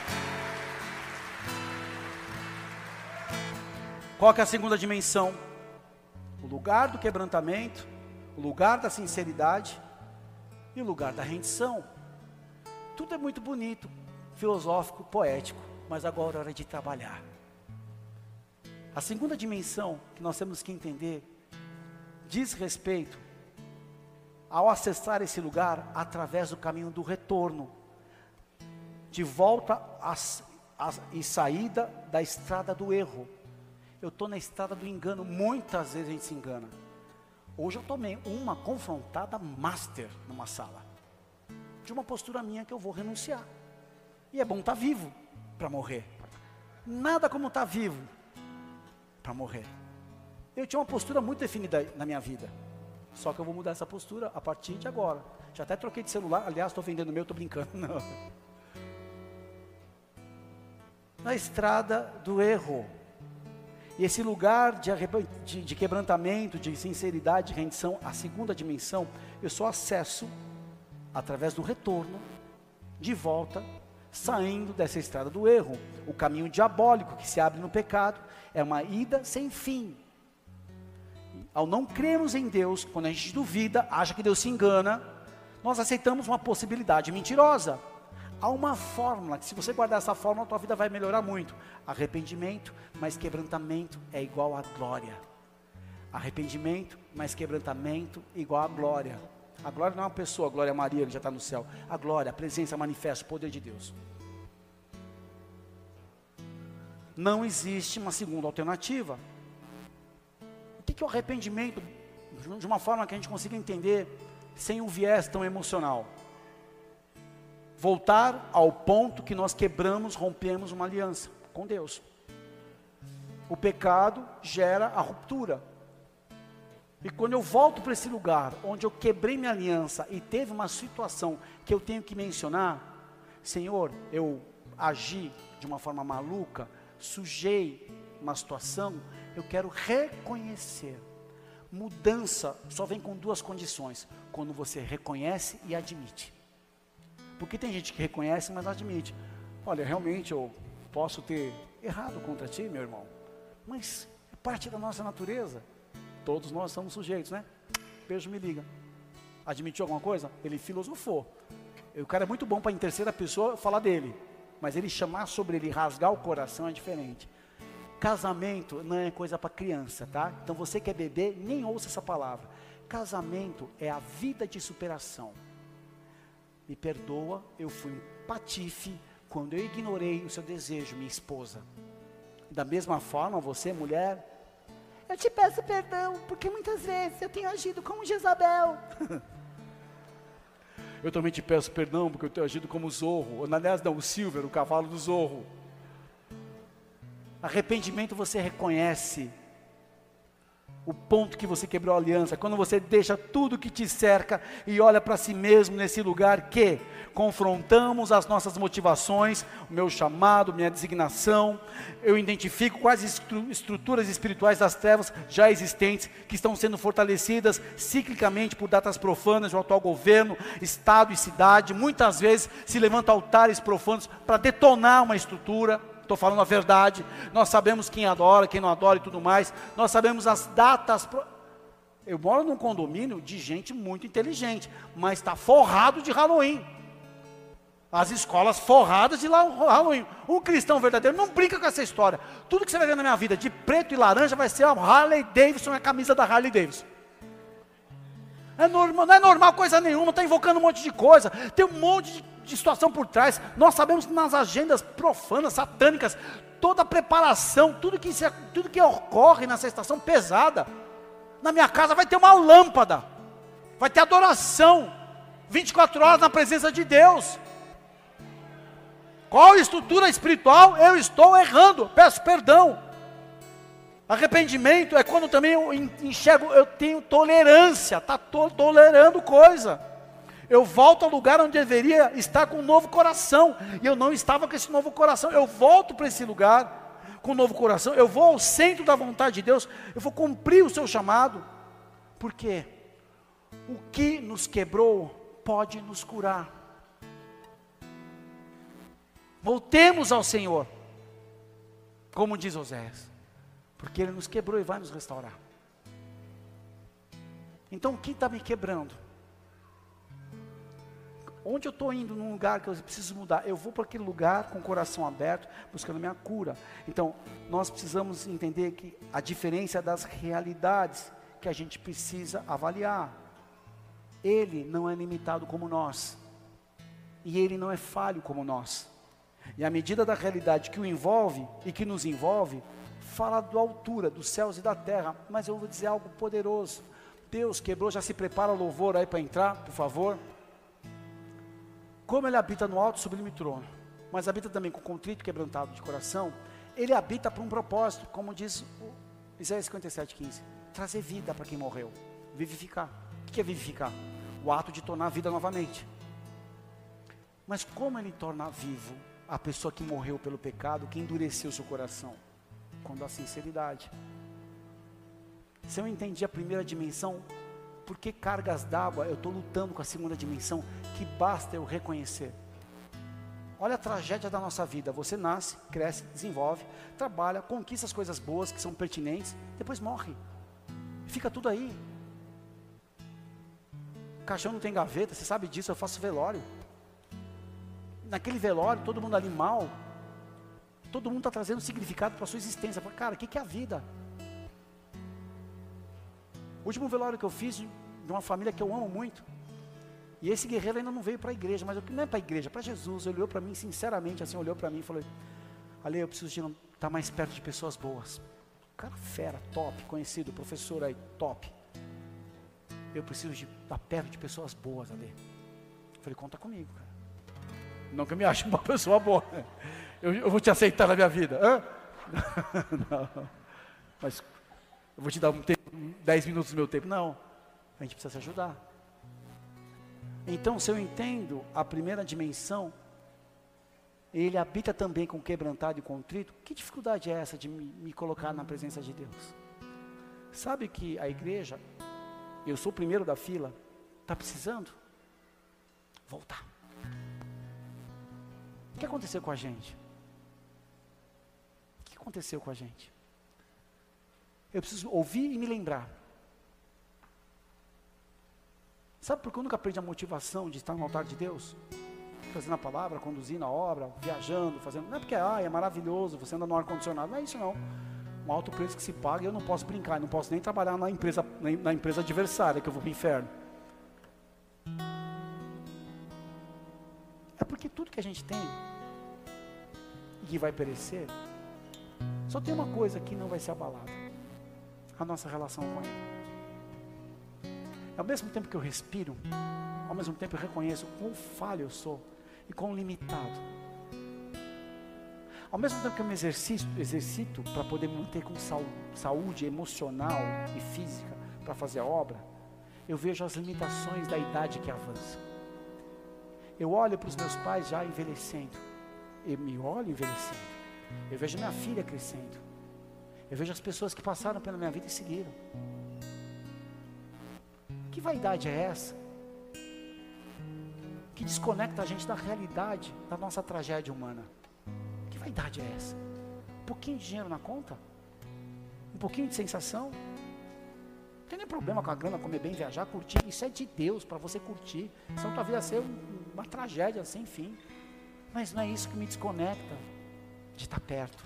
A: Qual que é a segunda dimensão? O lugar do quebrantamento, o lugar da sinceridade e o lugar da rendição. Tudo é muito bonito, filosófico, poético, mas agora é hora de trabalhar. A segunda dimensão que nós temos que entender diz respeito ao acessar esse lugar através do caminho do retorno, de volta e saída da estrada do erro. Eu estou na estrada do engano, muitas vezes a gente se engana. Hoje eu tomei uma confrontada master numa sala, de uma postura minha que eu vou renunciar. E é bom estar vivo para morrer. Nada como estar vivo para morrer. Eu tinha uma postura muito definida na minha vida, só que eu vou mudar essa postura a partir de agora. Já até troquei de celular, aliás, estou vendendo o meu, estou brincando, não. Na estrada do erro. E esse lugar de quebrantamento, de sinceridade, de rendição, a segunda dimensão, eu só acesso através do retorno, de volta, saindo dessa estrada do erro. O caminho diabólico que se abre no pecado é uma ida sem fim. Ao não crermos em Deus, quando a gente duvida, acha que Deus se engana, nós aceitamos uma possibilidade mentirosa. Há uma fórmula, que se você guardar essa fórmula, a tua vida vai melhorar muito. Arrependimento mais quebrantamento é igual a glória. Arrependimento mais quebrantamento igual a glória. A glória não é uma pessoa, a glória é Maria, que já está no céu. A glória, a presença manifesta, o poder de Deus. Não existe uma segunda alternativa. O que é o arrependimento? De uma forma que a gente consiga entender, sem um viés tão emocional. Voltar ao ponto que nós quebramos, rompemos uma aliança com Deus. O pecado gera a ruptura. E quando eu volto para esse lugar, onde eu quebrei minha aliança e teve uma situação que eu tenho que mencionar, Senhor, eu agi de uma forma maluca, sujei uma situação, eu quero reconhecer. Mudança só vem com duas condições, quando você reconhece e admite. Porque tem gente que reconhece, mas não admite. Olha, realmente eu posso ter errado contra ti, meu irmão, mas é parte da nossa natureza. Todos nós estamos sujeitos, né? Beijo, me liga. Admitiu alguma coisa? Ele filosofou. O cara é muito bom para em terceira pessoa falar dele, mas ele chamar sobre ele, rasgar o coração é diferente. Casamento não é coisa para criança, tá? Então você que é bebê, nem ouça essa palavra. Casamento é a vida de superação. Me perdoa, eu fui um patife quando eu ignorei o seu desejo, minha esposa. Da mesma forma, você, mulher, eu te peço perdão, porque muitas vezes eu tenho agido como Jezabel. Eu também te peço perdão, porque eu tenho agido como Zorro. Aliás, não, o Silver, o cavalo do Zorro. Arrependimento você reconhece o ponto que você quebrou a aliança, quando você deixa tudo que te cerca e olha para si mesmo nesse lugar que confrontamos as nossas motivações, o meu chamado, minha designação, eu identifico quais estruturas espirituais das trevas já existentes, que estão sendo fortalecidas ciclicamente por datas profanas do atual governo, estado e cidade. Muitas vezes se levantam altares profanos para detonar uma estrutura. Estou falando a verdade. Nós sabemos quem adora, quem não adora e tudo mais. Nós sabemos as datas. Eu moro num condomínio de gente muito inteligente, mas está forrado de Halloween. As escolas forradas de Halloween. Um cristão verdadeiro não brinca com essa história. Tudo que você vai ver na minha vida de preto e laranja vai ser a Harley Davidson e a camisa da Harley Davidson. É normal, não é normal coisa nenhuma, está invocando um monte de coisa. Tem um monte de situação por trás. Nós sabemos que nas agendas profanas, satânicas, toda a preparação, tudo que ocorre nessa estação pesada. Na minha casa vai ter uma lâmpada, vai ter adoração, 24 horas na presença de Deus. Qual estrutura espiritual eu estou errando? Peço perdão. Arrependimento é quando também eu enxergo, eu tenho tolerância, está tolerando coisa. Eu volto ao lugar onde deveria estar com um novo coração, e eu não estava com esse novo coração. Eu volto para esse lugar com um novo coração, eu vou ao centro da vontade de Deus, eu vou cumprir o seu chamado, porque o que nos quebrou pode nos curar. Voltemos ao Senhor, como diz Oséias, porque Ele nos quebrou e vai nos restaurar. Então o que está me quebrando? Onde eu estou indo num lugar que eu preciso mudar? Eu vou para aquele lugar com o coração aberto, buscando a minha cura. Então, nós precisamos entender que a diferença das realidades que a gente precisa avaliar. Ele não é limitado como nós. E Ele não é falho como nós. E à medida da realidade que o envolve e que nos envolve, fala da altura dos céus e da terra. Mas eu vou dizer algo poderoso. Deus quebrou, já se prepara o louvor aí para entrar, por favor. Como Ele habita no alto e sublime trono, mas habita também com contrito e quebrantado de coração, Ele habita para um propósito, como diz Isaías 57:15, trazer vida para quem morreu, vivificar. O que é vivificar? O ato de tornar a vida novamente. Mas como Ele torna vivo a pessoa que morreu pelo pecado, que endureceu seu coração? Quando há sinceridade. Se eu entendi a primeira dimensão, por que cargas d'água eu estou lutando com a segunda dimensão, que basta eu reconhecer? Olha a tragédia da nossa vida. Você nasce, cresce, desenvolve, trabalha, conquista as coisas boas que são pertinentes, depois morre, fica tudo aí. Caixão não tem gaveta, você sabe disso. Eu faço velório. Naquele velório, todo mundo ali mal, todo mundo está trazendo significado para a sua existência. Cara, o que é a vida? O último velório que eu fiz de uma família que eu amo muito, e esse guerreiro ainda não veio para a igreja, mas não é para a igreja, para Jesus. Ele olhou para mim sinceramente, assim, olhou para mim e falou: Ale, eu preciso de estar mais perto de pessoas boas. Cara fera, top, conhecido, professor aí, top. Eu preciso de estar perto de pessoas boas, Ale. Eu falei: conta comigo, cara. Não que eu me ache uma pessoa boa, né? Eu vou te aceitar na minha vida. Hã? Não, mas eu vou te dar 10 minutos do meu tempo. Não, a gente precisa se ajudar. Então, se eu entendo a primeira dimensão, Ele habita também com quebrantado e contrito. Que dificuldade é essa de me colocar na presença de Deus? Sabe que a igreja, eu sou o primeiro da fila, está precisando voltar. O que aconteceu com a gente? O que aconteceu com a gente? Eu preciso ouvir e me lembrar. Sabe por que eu nunca perdi a motivação de estar no altar de Deus? Fazendo a palavra, conduzindo a obra, viajando, fazendo. Não é porque é maravilhoso, você anda no ar-condicionado, não é isso não. Um alto preço que se paga e eu não posso brincar, eu não posso nem trabalhar na empresa adversária, que eu vou para o inferno. É porque tudo que a gente tem e que vai perecer, só tem uma coisa que não vai ser abalada: a nossa relação com Ele. Ao mesmo tempo que eu respiro, ao mesmo tempo eu reconheço quão falho eu sou e quão limitado. Ao mesmo tempo que eu me exercito para poder me manter com saúde emocional e física para fazer a obra, eu vejo as limitações da idade que avança. Eu olho para os meus pais já envelhecendo, eu me olho envelhecendo, eu vejo minha filha crescendo, eu vejo as pessoas que passaram pela minha vida e seguiram. Que vaidade é essa? Que desconecta a gente da realidade da nossa tragédia humana. Que vaidade é essa? Um pouquinho de dinheiro na conta? Um pouquinho de sensação? Não tem nem problema com a grana, comer bem, viajar, curtir. Isso é de Deus, para você curtir. Senão tua vida ia ser uma tragédia sem fim. Mas não é isso que me desconecta de estar perto.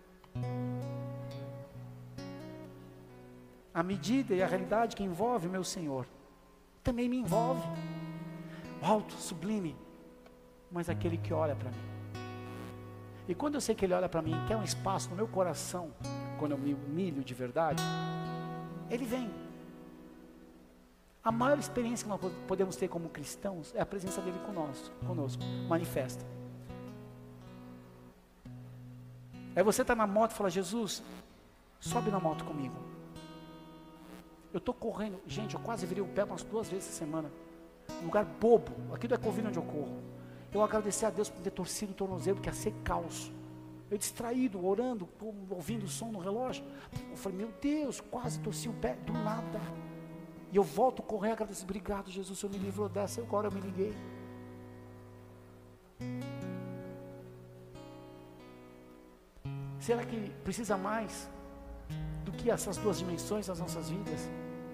A: A medida e a realidade que envolve o meu Senhor também me envolve. Alto, sublime, mas aquele que olha para mim. E quando eu sei que Ele olha para mim, quer um espaço no meu coração, quando eu me humilho de verdade, Ele vem. A maior experiência que nós podemos ter como cristãos é a presença dEle conosco, manifesta. Aí você está na moto e fala: Jesus, sobe na moto comigo. Eu estou correndo, gente, eu quase virei o pé umas 2 vezes essa semana. Um lugar bobo, aqui do Ecovila onde eu corro. Eu agradeci a Deus por ter torcido o tornozelo, porque ia ser caos. Eu distraído, orando, ouvindo o som no relógio. Eu falei: meu Deus, quase torci o pé, do nada. E eu volto a correr, agradeço: obrigado Jesus, o Senhor me livrou dessa, agora eu me liguei. Será que precisa mais do que essas 2 dimensões das nossas vidas?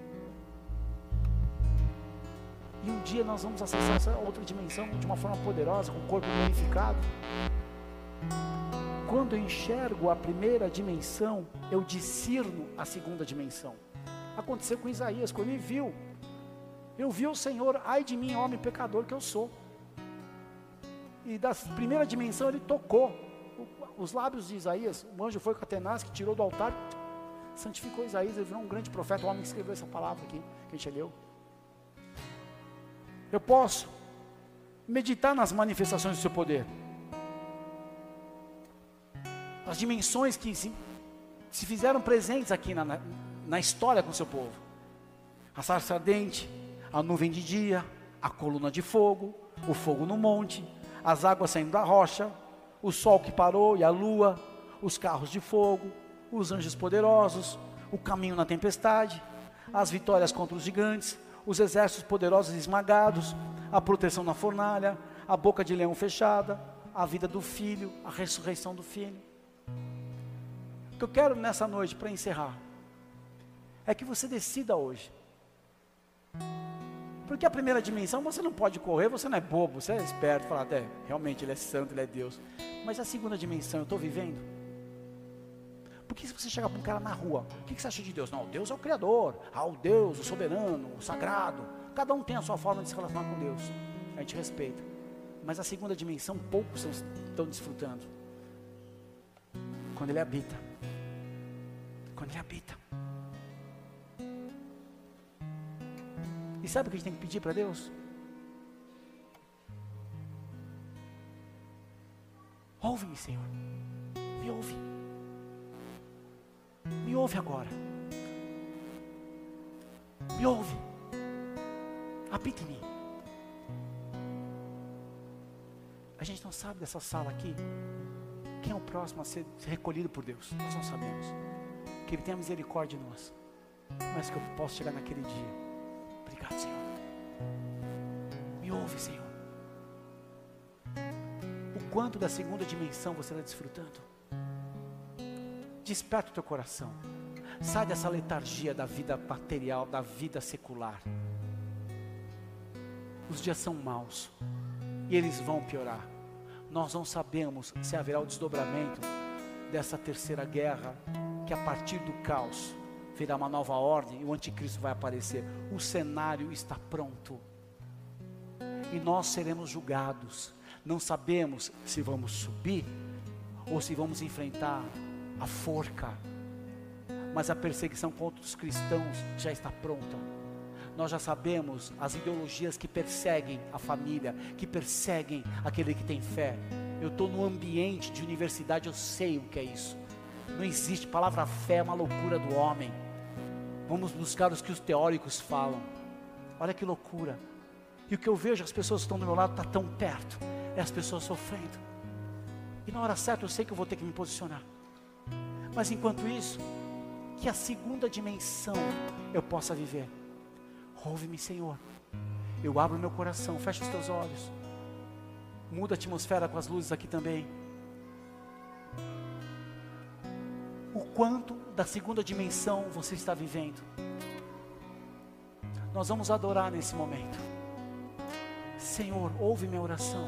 A: E um dia nós vamos acessar essa outra dimensão de uma forma poderosa, com o corpo glorificado. Quando eu enxergo a primeira dimensão, eu discerno a segunda dimensão. Aconteceu com Isaías, quando ele viu. Eu vi o Senhor: ai de mim, homem pecador que eu sou. E da primeira dimensão ele tocou os lábios de Isaías. O anjo foi com a tenaz, que tirou do altar, santificou Isaías, ele virou um grande profeta, o homem que escreveu essa palavra aqui, que a gente leu. Eu posso meditar nas manifestações do seu poder, as dimensões que se fizeram presentes aqui na história com o seu povo. A sarça ardente, a nuvem de dia, a coluna de fogo, o fogo no monte, as águas saindo da rocha, o sol que parou e a lua, os carros de fogo, os anjos poderosos, o caminho na tempestade, as vitórias contra os gigantes, os exércitos poderosos esmagados, a proteção na fornalha, a boca de leão fechada, a vida do filho, a ressurreição do filho. O que eu quero nessa noite, para encerrar, é que você decida hoje. Porque a primeira dimensão você não pode correr, você não é bobo, você é esperto, fala até, realmente Ele é santo, Ele é Deus. Mas a segunda dimensão, eu estou vivendo? Porque se você chegar para um cara na rua, o que você acha de Deus? Não, Deus é o Criador, o Deus, o soberano, o sagrado. Cada um tem a sua forma de se relacionar com Deus, a gente respeita. Mas a segunda dimensão, poucos estão desfrutando. Quando Ele habita. Quando Ele habita. E sabe o que a gente tem que pedir para Deus? Ouve-me, Senhor, me ouve. Me ouve agora. Me ouve. Habita em mim. A gente não sabe dessa sala aqui quem é o próximo a ser recolhido por Deus. Nós não sabemos. Que Ele tenha misericórdia de nós, mas que eu possa chegar naquele dia. Obrigado, Senhor. Me ouve, Senhor. O quanto da segunda dimensão você está desfrutando? Desperta o teu coração. Sai dessa letargia da vida material, da vida secular. Os dias são maus e eles vão piorar. Nós não sabemos se haverá o desdobramento dessa terceira guerra, que a partir do caos virá uma nova ordem e o anticristo vai aparecer. O cenário está pronto e nós seremos julgados. Não sabemos se vamos subir ou se vamos enfrentar a forca, mas a perseguição contra os cristãos já está pronta. Nós já sabemos as ideologias que perseguem a família, que perseguem aquele que tem fé. Eu estou no ambiente de universidade, eu sei o que é isso. Não existe, palavra fé é uma loucura do homem. Vamos buscar os que os teóricos falam. Olha que loucura. E o que eu vejo, as pessoas que estão do meu lado, está tão perto, é as pessoas sofrendo. E na hora certa eu sei que eu vou ter que me posicionar. Mas enquanto isso, que a segunda dimensão eu possa viver. Ouve-me, Senhor. Eu abro meu coração, fecha os teus olhos. Muda a atmosfera com as luzes aqui também. O quanto da segunda dimensão você está vivendo. Nós vamos adorar nesse momento. Senhor, ouve minha oração.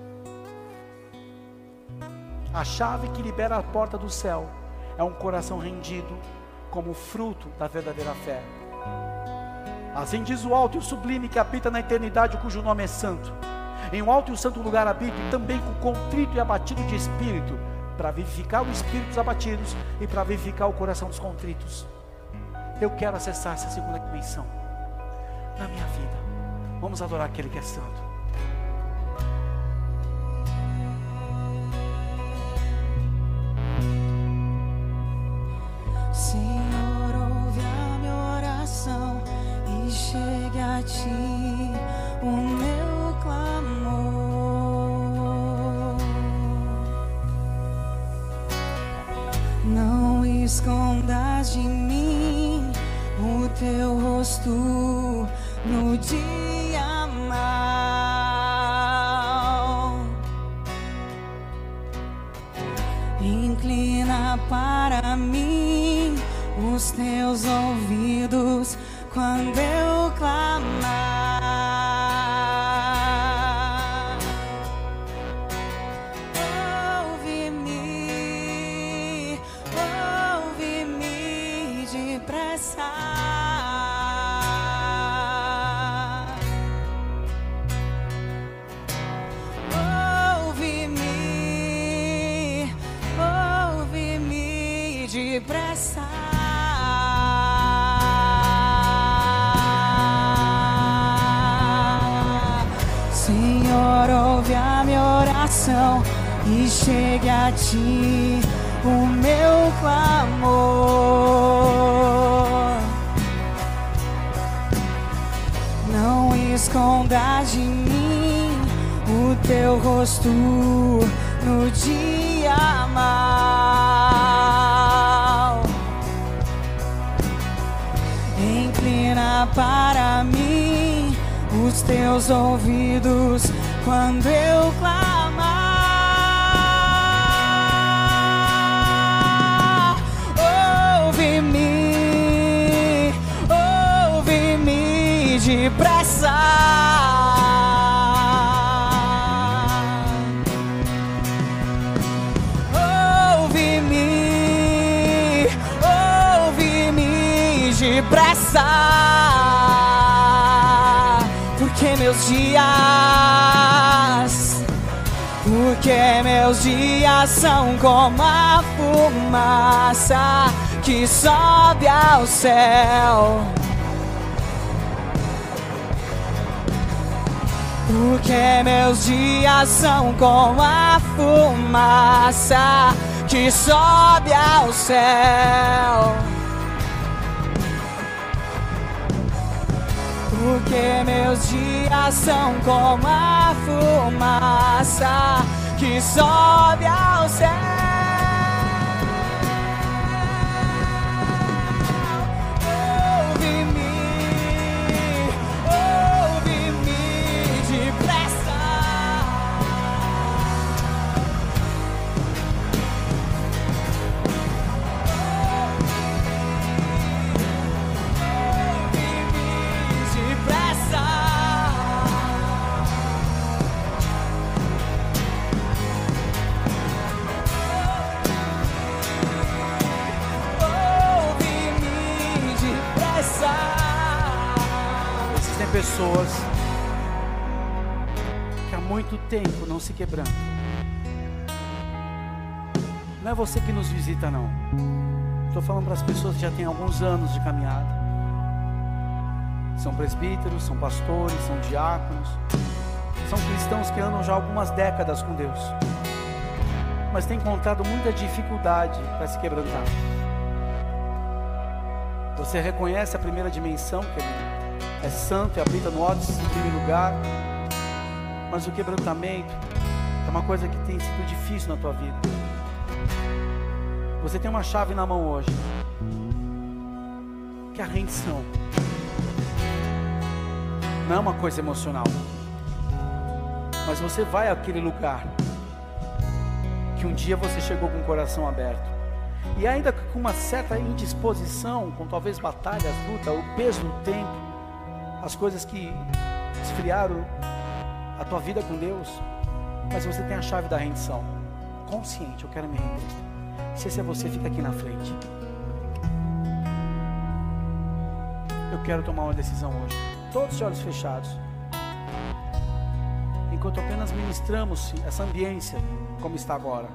A: A chave que libera a porta do céu é um coração rendido como fruto da verdadeira fé. Assim diz o alto e o sublime que habita na eternidade, cujo nome é santo. Em um alto e um santo lugar habito, também com contrito e abatido de espírito, para vivificar o espírito dos abatidos e para vivificar o coração dos contritos. Eu quero acessar essa segunda dimensão na minha vida. Vamos adorar aquele que é santo.
B: Senhor, ouve a minha oração e chegue a ti o meu clamor. Não escondas de mim o teu rosto no dia mau. Inclina para mim os teus ouvidos quando eu clamar. Ouve-me, ouve-me depressa. Ouve-me, ouve-me depressa. Senhor, ouve a minha oração e chegue a ti o meu clamor. Não escondas de mim o teu rosto no dia mau. Inclina para mim os teus ouvidos quando eu clamar. Ouve-me, ouve-me depressa. Ouve-me, ouve-me depressa. Porque meus dias são como a fumaça que sobe ao céu. Porque meus dias são como a fumaça que sobe ao céu. Porque meus dias são como a fumaça que sobe ao céu. Ouve-me, ouve-me depressa.
A: Existem pessoas que há muito tempo não se quebrantam. Não é você que nos visita, não. Estou falando para as pessoas que já têm alguns anos de caminhada. São presbíteros, são pastores, são diáconos, são cristãos que andam já algumas décadas com Deus. mas tem encontrado muita dificuldade para se quebrantar. Você reconhece a primeira dimensão, que Ele é santo e habita no alto e sublime lugar, mas o quebrantamento é uma coisa que tem sido difícil na tua vida. Você tem uma chave na mão hoje, que é a rendição. Não é uma coisa emocional, mas você vai àquele lugar que um dia você chegou com o coração aberto, e ainda com uma certa indisposição, com talvez batalhas, luta, o peso do tempo, as coisas que esfriaram a tua vida com Deus, mas você tem a chave da rendição. Consciente, eu quero me render. Se esse é você, fica aqui na frente. Eu quero tomar uma decisão hoje, todos os olhos fechados, enquanto apenas ministramos essa ambiência como está agora.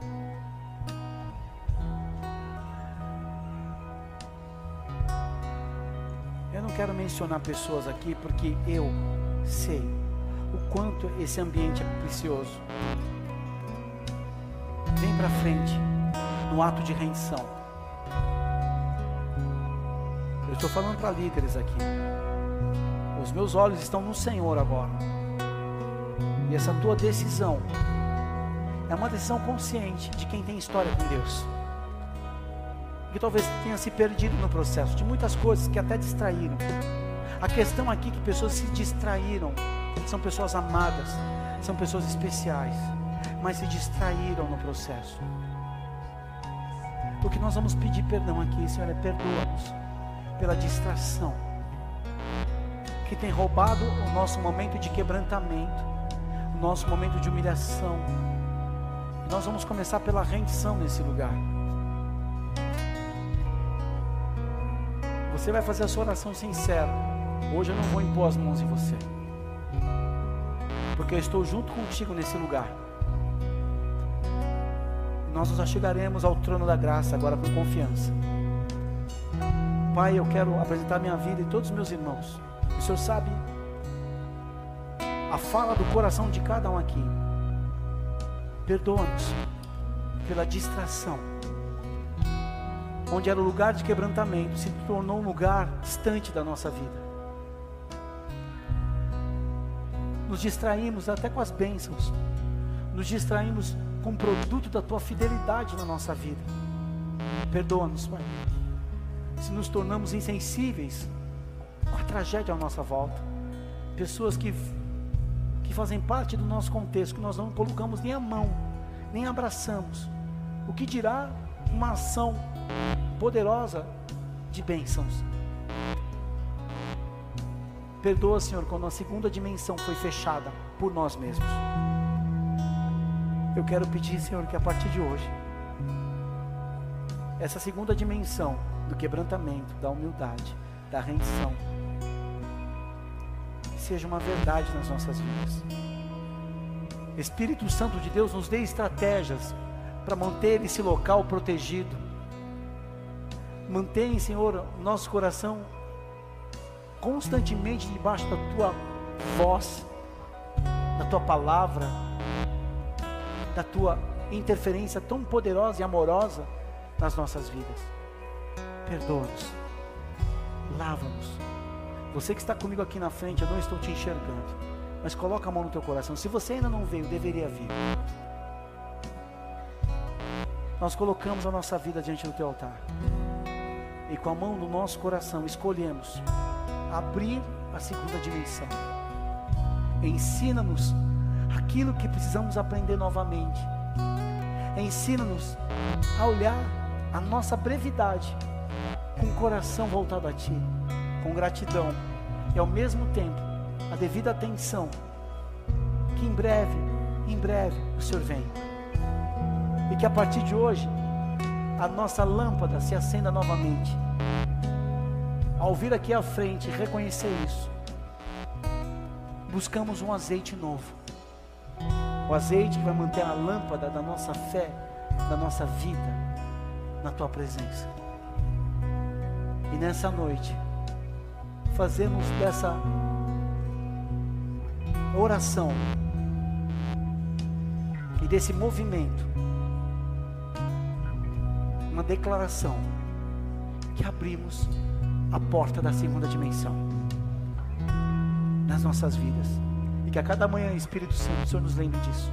A: Eu não quero mencionar pessoas aqui, porque eu sei o quanto esse ambiente é precioso. Vem para frente no ato de rendição. Eu estou falando para líderes aqui. Os meus olhos estão no Senhor agora. E essa tua decisão é uma decisão consciente de quem tem história com Deus, que talvez tenha se perdido no processo de muitas coisas que até distraíram. A questão aqui é que pessoas se distraíram. São pessoas amadas, são pessoas especiais, mas se distraíram no processo. O que nós vamos pedir perdão aqui, Senhor, é perdoa-nos pela distração que tem roubado o nosso momento de quebrantamento, o nosso momento de humilhação. Nós vamos começar pela rendição nesse lugar. Você vai fazer a sua oração sincera. Hoje eu não vou impor as mãos em você, porque eu estou junto contigo nesse lugar. Nós nos achegaremos ao trono da graça agora com confiança. Pai, eu quero apresentar minha vida e todos os meus irmãos. O Senhor sabe a fala do coração de cada um aqui. Perdoa-nos pela distração. Onde era o lugar de quebrantamento, se tornou um lugar distante da nossa vida. Nos distraímos até com as bênçãos. Nos distraímos com o produto da Tua fidelidade na nossa vida. Perdoa-nos, Pai, se nos tornamos insensíveis com a tragédia à nossa volta. Pessoas que fazem parte do nosso contexto, que nós não colocamos nem a mão, nem abraçamos. O que dirá uma ação poderosa de bênçãos? Perdoa, Senhor, quando a segunda dimensão foi fechada por nós mesmos. Eu quero pedir, Senhor, que a partir de hoje, essa segunda dimensão do quebrantamento, da humildade, da rendição, seja uma verdade nas nossas vidas. Espírito Santo de Deus, nos dê estratégias para manter esse local protegido. Mantém, Senhor, o nosso coração constantemente debaixo da Tua voz, da Tua palavra, da Tua interferência tão poderosa e amorosa nas nossas vidas. Perdoa-nos, lava-nos. Você que está comigo aqui na frente, eu não estou te enxergando, mas coloca a mão no teu coração. Se você ainda não veio, deveria vir. Nós colocamos a nossa vida diante do teu altar, e com a mão no nosso coração escolhemos abrir a segunda dimensão. Ensina-nos aquilo que precisamos aprender novamente. Ensina-nos a olhar a nossa brevidade com o coração voltado a Ti, com gratidão, e ao mesmo tempo a devida atenção, que em breve o Senhor vem, e que a partir de hoje a nossa lâmpada se acenda novamente. Ao vir aqui à frente e reconhecer isso, buscamos um azeite novo, o azeite que vai manter a lâmpada da nossa fé, da nossa vida, na Tua presença. E nessa noite fazemos dessa oração e desse movimento uma declaração que abrimos a porta da segunda dimensão nas nossas vidas, e que a cada manhã, Espírito Santo, o Senhor nos lembre disso,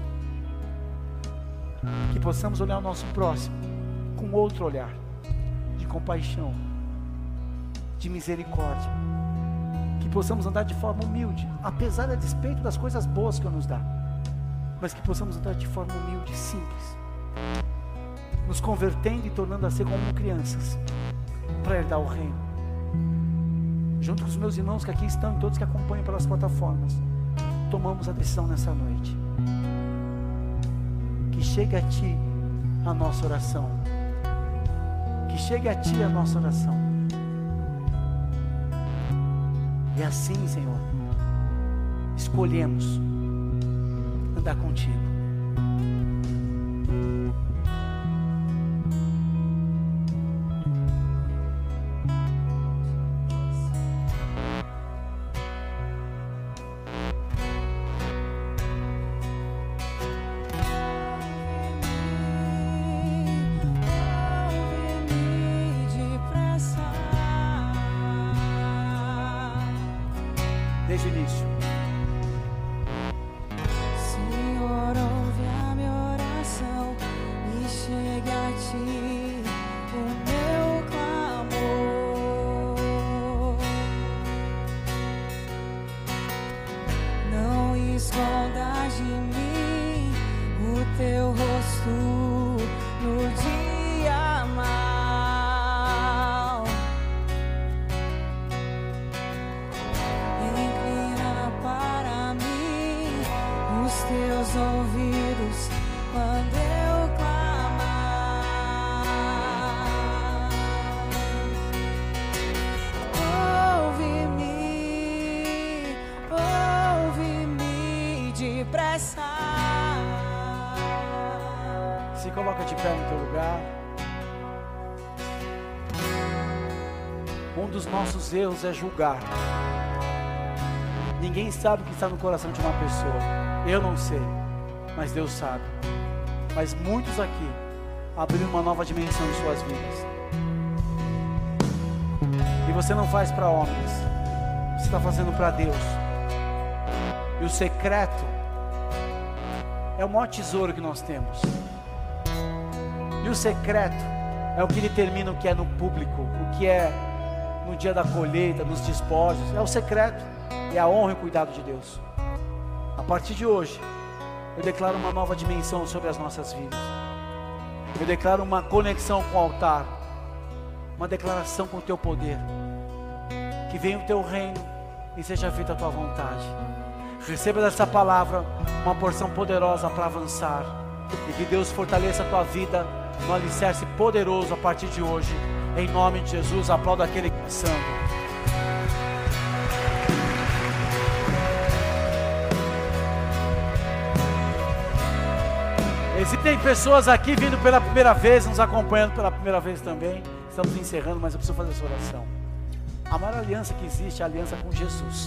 A: que possamos olhar o nosso próximo com outro olhar, de compaixão, de misericórdia, que possamos andar de forma humilde, apesar a despeito das coisas boas que o Senhor nos dá, mas que possamos andar de forma humilde, simples, nos convertendo e tornando a ser como crianças, para herdar o reino. Junto com os meus irmãos que aqui estão e todos que acompanham pelas plataformas, tomamos a decisão nessa noite, que chegue a Ti a nossa oração, que chegue a Ti a nossa oração, e assim, Senhor, escolhemos andar contigo. Desde o início.
B: Senhor, ouve a minha oração e chegue a Ti o meu clamor. Não escondas de mim o Teu rosto no dia mau. Inclina para mim os Teus ouvidos quando eu clamar. Ouve-me depressa.
A: Se coloca de pé no teu lugar. Um dos nossos erros é julgar. Ninguém sabe o que está no coração de uma pessoa. Eu não sei, mas Deus sabe. Mas muitos aqui abriram uma nova dimensão em suas vidas. E você não faz para homens, você está fazendo para Deus. E o secreto é o maior tesouro que nós temos. E o secreto é o que determina o que é no público, o que é no dia da colheita, nos despojos. É o secreto, é a honra e o cuidado de Deus. A partir de hoje, eu declaro uma nova dimensão sobre as nossas vidas. Eu declaro uma conexão com o altar, uma declaração com o Teu poder. Que venha o Teu reino e seja feita a Tua vontade. Receba dessa palavra uma porção poderosa para avançar. E que Deus fortaleça a tua vida no alicerce poderoso a partir de hoje. Em nome de Jesus, aplauda aquele que está santo. Existem pessoas aqui vindo pela primeira vez, nos acompanhando pela primeira vez também. Estamos encerrando, mas eu preciso fazer essa oração. A maior aliança que existe é a aliança com Jesus.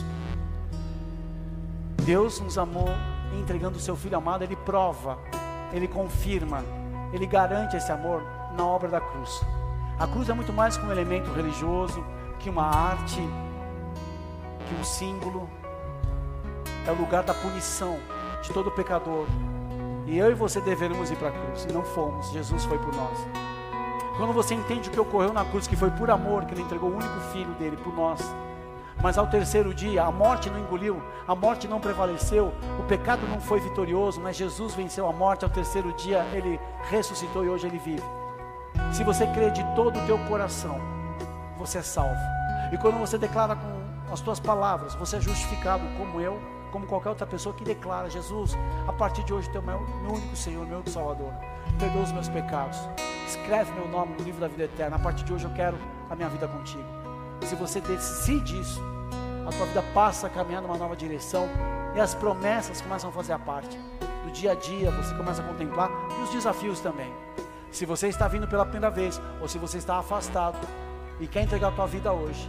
A: Deus nos amou entregando o seu Filho amado. Ele prova, Ele confirma, Ele garante esse amor na obra da cruz. A cruz é muito mais que um elemento religioso, que uma arte, que um símbolo. É o lugar da punição de todo pecador. E eu e você deveríamos ir para a cruz, e não fomos. Jesus foi por nós. Quando você entende o que ocorreu na cruz, que foi por amor, que Ele entregou o único Filho dele por nós. Mas ao terceiro dia, a morte não engoliu, a morte não prevaleceu, o pecado não foi vitorioso, mas Jesus venceu a morte. Ao terceiro dia, Ele ressuscitou e hoje Ele vive. Se você crê de todo o teu coração, você é salvo. E quando você declara com as tuas palavras, você é justificado como eu, como qualquer outra pessoa que declara: Jesus, a partir de hoje, Tu é o meu único Senhor, meu único Salvador. Perdoa os meus pecados, escreve meu nome no livro da vida eterna. A partir de hoje eu quero a minha vida contigo. Se você decide isso, a tua vida passa a caminhar numa nova direção, e as promessas começam a fazer a parte do dia a dia. Você começa a contemplar, e os desafios também. Se você está vindo pela primeira vez, ou se você está afastado e quer entregar a tua vida hoje,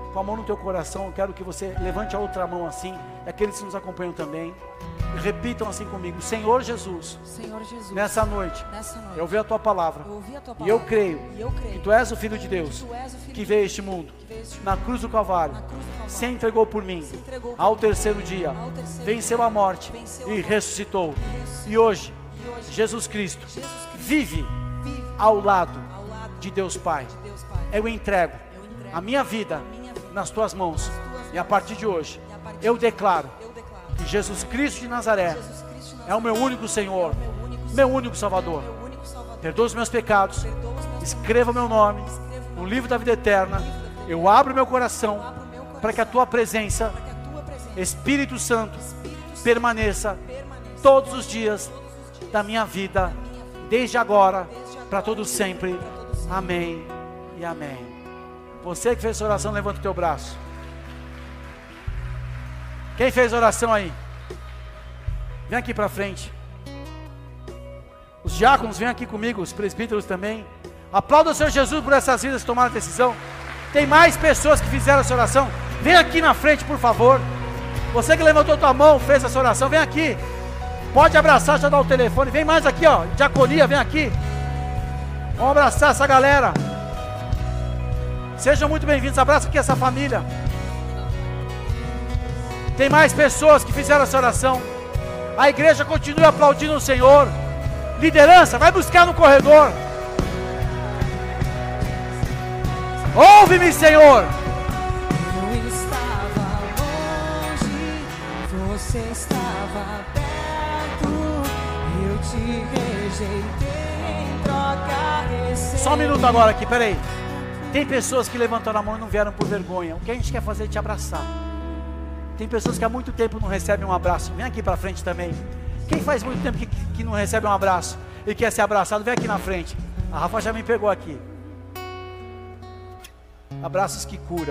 A: com a mão no teu coração, eu quero que você levante a outra mão assim, e aqueles que nos acompanham também, e repitam assim comigo: Senhor Jesus, nessa noite, eu ouvi a tua palavra, e eu creio que tu és o Filho de Deus, que veio a este mundo, na cruz do Calvário, se entregou por mim, ao terceiro dia, venceu a morte e ressuscitou. E hoje, Jesus Cristo vive ao lado de Deus Pai. Eu entrego a minha vida nas tuas mãos, e a partir de hoje eu declaro que Jesus Cristo de Nazaré é o meu único Senhor, meu único Salvador. Perdoa os meus pecados, escreva o meu nome no livro da vida eterna. Eu abro meu coração para que a tua presença, Espírito Santo, permaneça todos os dias da minha vida, desde agora para todo sempre. Amém e amém. Você que fez essa oração, levanta o teu braço. Quem fez a oração aí? Vem aqui para frente. Os diáconos, vêm aqui comigo, os presbíteros também. Aplauda o Senhor Jesus por essas vidas que tomaram a decisão. Tem mais pessoas que fizeram essa oração. Vem aqui na frente, por favor. Você que levantou tua mão, fez essa oração, vem aqui. Pode abraçar, já dá o telefone. Vem mais aqui, ó. Diaconia, vem aqui. Vamos abraçar essa galera. Sejam muito bem-vindos. Abraça aqui essa família. Tem mais pessoas que fizeram essa oração. A igreja continua aplaudindo o Senhor. Liderança, vai buscar no corredor. Ouve-me, Senhor.
B: Eu estava longe, você estava perto. Eu te rejeitei, em troca recebi.
A: Só um minuto agora aqui, peraí. Tem pessoas que levantaram a mão e não vieram por vergonha. O que a gente quer fazer é te abraçar. Tem pessoas que há muito tempo não recebem um abraço. Vem aqui para frente também. Quem faz muito tempo que não recebe um abraço e quer ser abraçado, vem aqui na frente. A Rafa já me pegou aqui. Abraços que curam.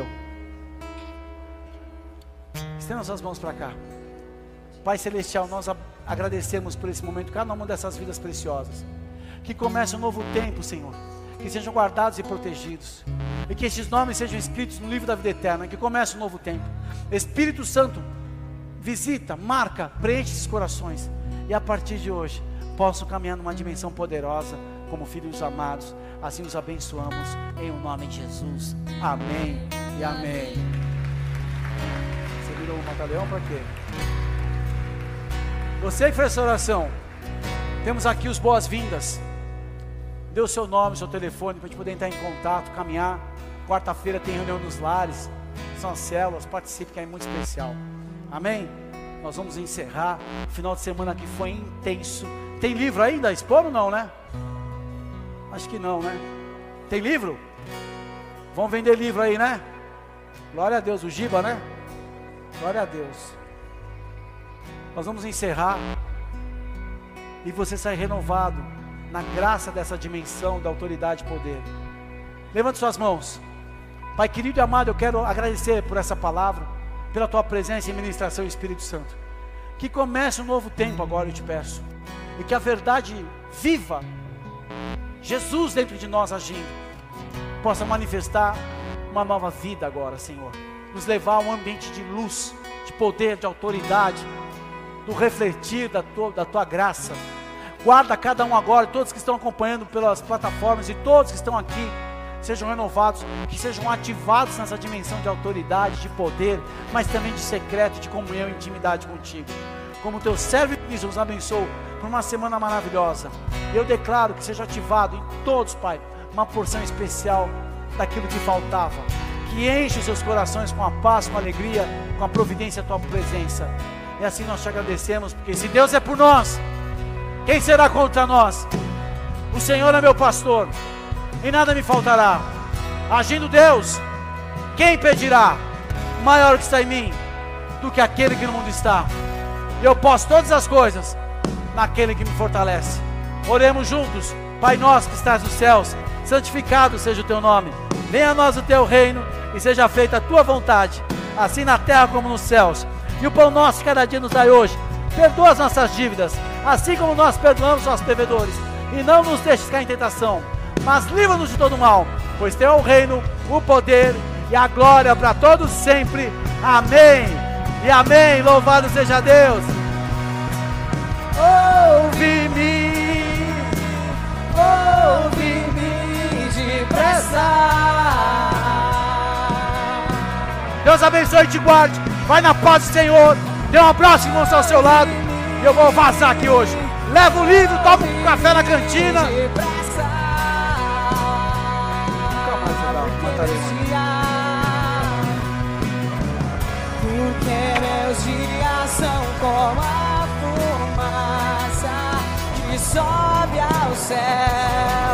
A: Estenda suas mãos para cá. Pai Celestial, nós agradecemos por esse momento, cada uma dessas vidas preciosas. Que comece um novo tempo, Senhor. Que sejam guardados e protegidos. E que esses nomes sejam escritos no livro da vida eterna. Que comece um novo tempo. Espírito Santo, visita, marca, preenche esses corações. E a partir de hoje, possam caminhar numa dimensão poderosa, como filhos amados. Assim os abençoamos, em o nome de Jesus. Amém e amém. Você virou o mata-leão para quê? Você que fez essa oração, temos aqui os boas-vindas. Dê o seu nome, o seu telefone, para a gente poder entrar em contato, caminhar. Quarta-feira tem reunião nos lares, são as células, participe, que é muito especial. Amém? Nós vamos encerrar. O final de semana aqui foi intenso. Tem livro ainda? Expor ou não, né? Acho que não, né? Tem livro? Vão vender livro aí, né? Glória a Deus, o Giba, né? Glória a Deus. Nós vamos encerrar. E você sai renovado na graça dessa dimensão da autoridade e poder. Levante suas mãos. Pai querido e amado, eu quero agradecer por essa palavra, pela tua presença e ministração, Espírito Santo. Que comece um novo tempo agora, eu te peço. E que a verdade viva, Jesus dentro de nós agindo, possa manifestar uma nova vida agora, Senhor. Nos levar a um ambiente de luz, de poder, de autoridade, do refletir da tua graça. Guarda cada um agora, todos que estão acompanhando pelas plataformas e todos que estão aqui, sejam renovados, que sejam ativados nessa dimensão de autoridade, de poder, mas também de secreto, de comunhão e intimidade contigo. Como teu servo Cristo nos abençoou por uma semana maravilhosa. Eu declaro que seja ativado em todos, Pai, uma porção especial daquilo que faltava. Que enche os seus corações com a paz, com a alegria, com a providência da tua presença. E assim nós te agradecemos, porque se Deus é por nós, quem será contra nós? O Senhor é meu pastor, e nada me faltará. Agindo Deus, quem impedirá? Maior que está em mim do que aquele que no mundo está. E eu posso todas as coisas naquele que me fortalece. Oremos juntos. Pai nosso que estás nos céus, santificado seja o teu nome. Venha a nós o teu reino e seja feita a tua vontade, assim na terra como nos céus. E o pão nosso cada dia nos dai hoje. Perdoa as nossas dívidas, assim como nós perdoamos nossos devedores. E não nos deixes cair em tentação, mas livra-nos de todo mal. Pois teu é o reino, o poder e a glória para todos sempre. Amém e amém. Louvado seja Deus.
B: Ouve-me depressa.
A: Deus abençoe e te guarde. Vai na paz do Senhor. Dê um abraço, irmãos, ao seu lado. E eu vou vazar aqui hoje. Leva o livro, toma um café na cantina.
B: Porque meus dias são como a fumaça que sobe ao céu.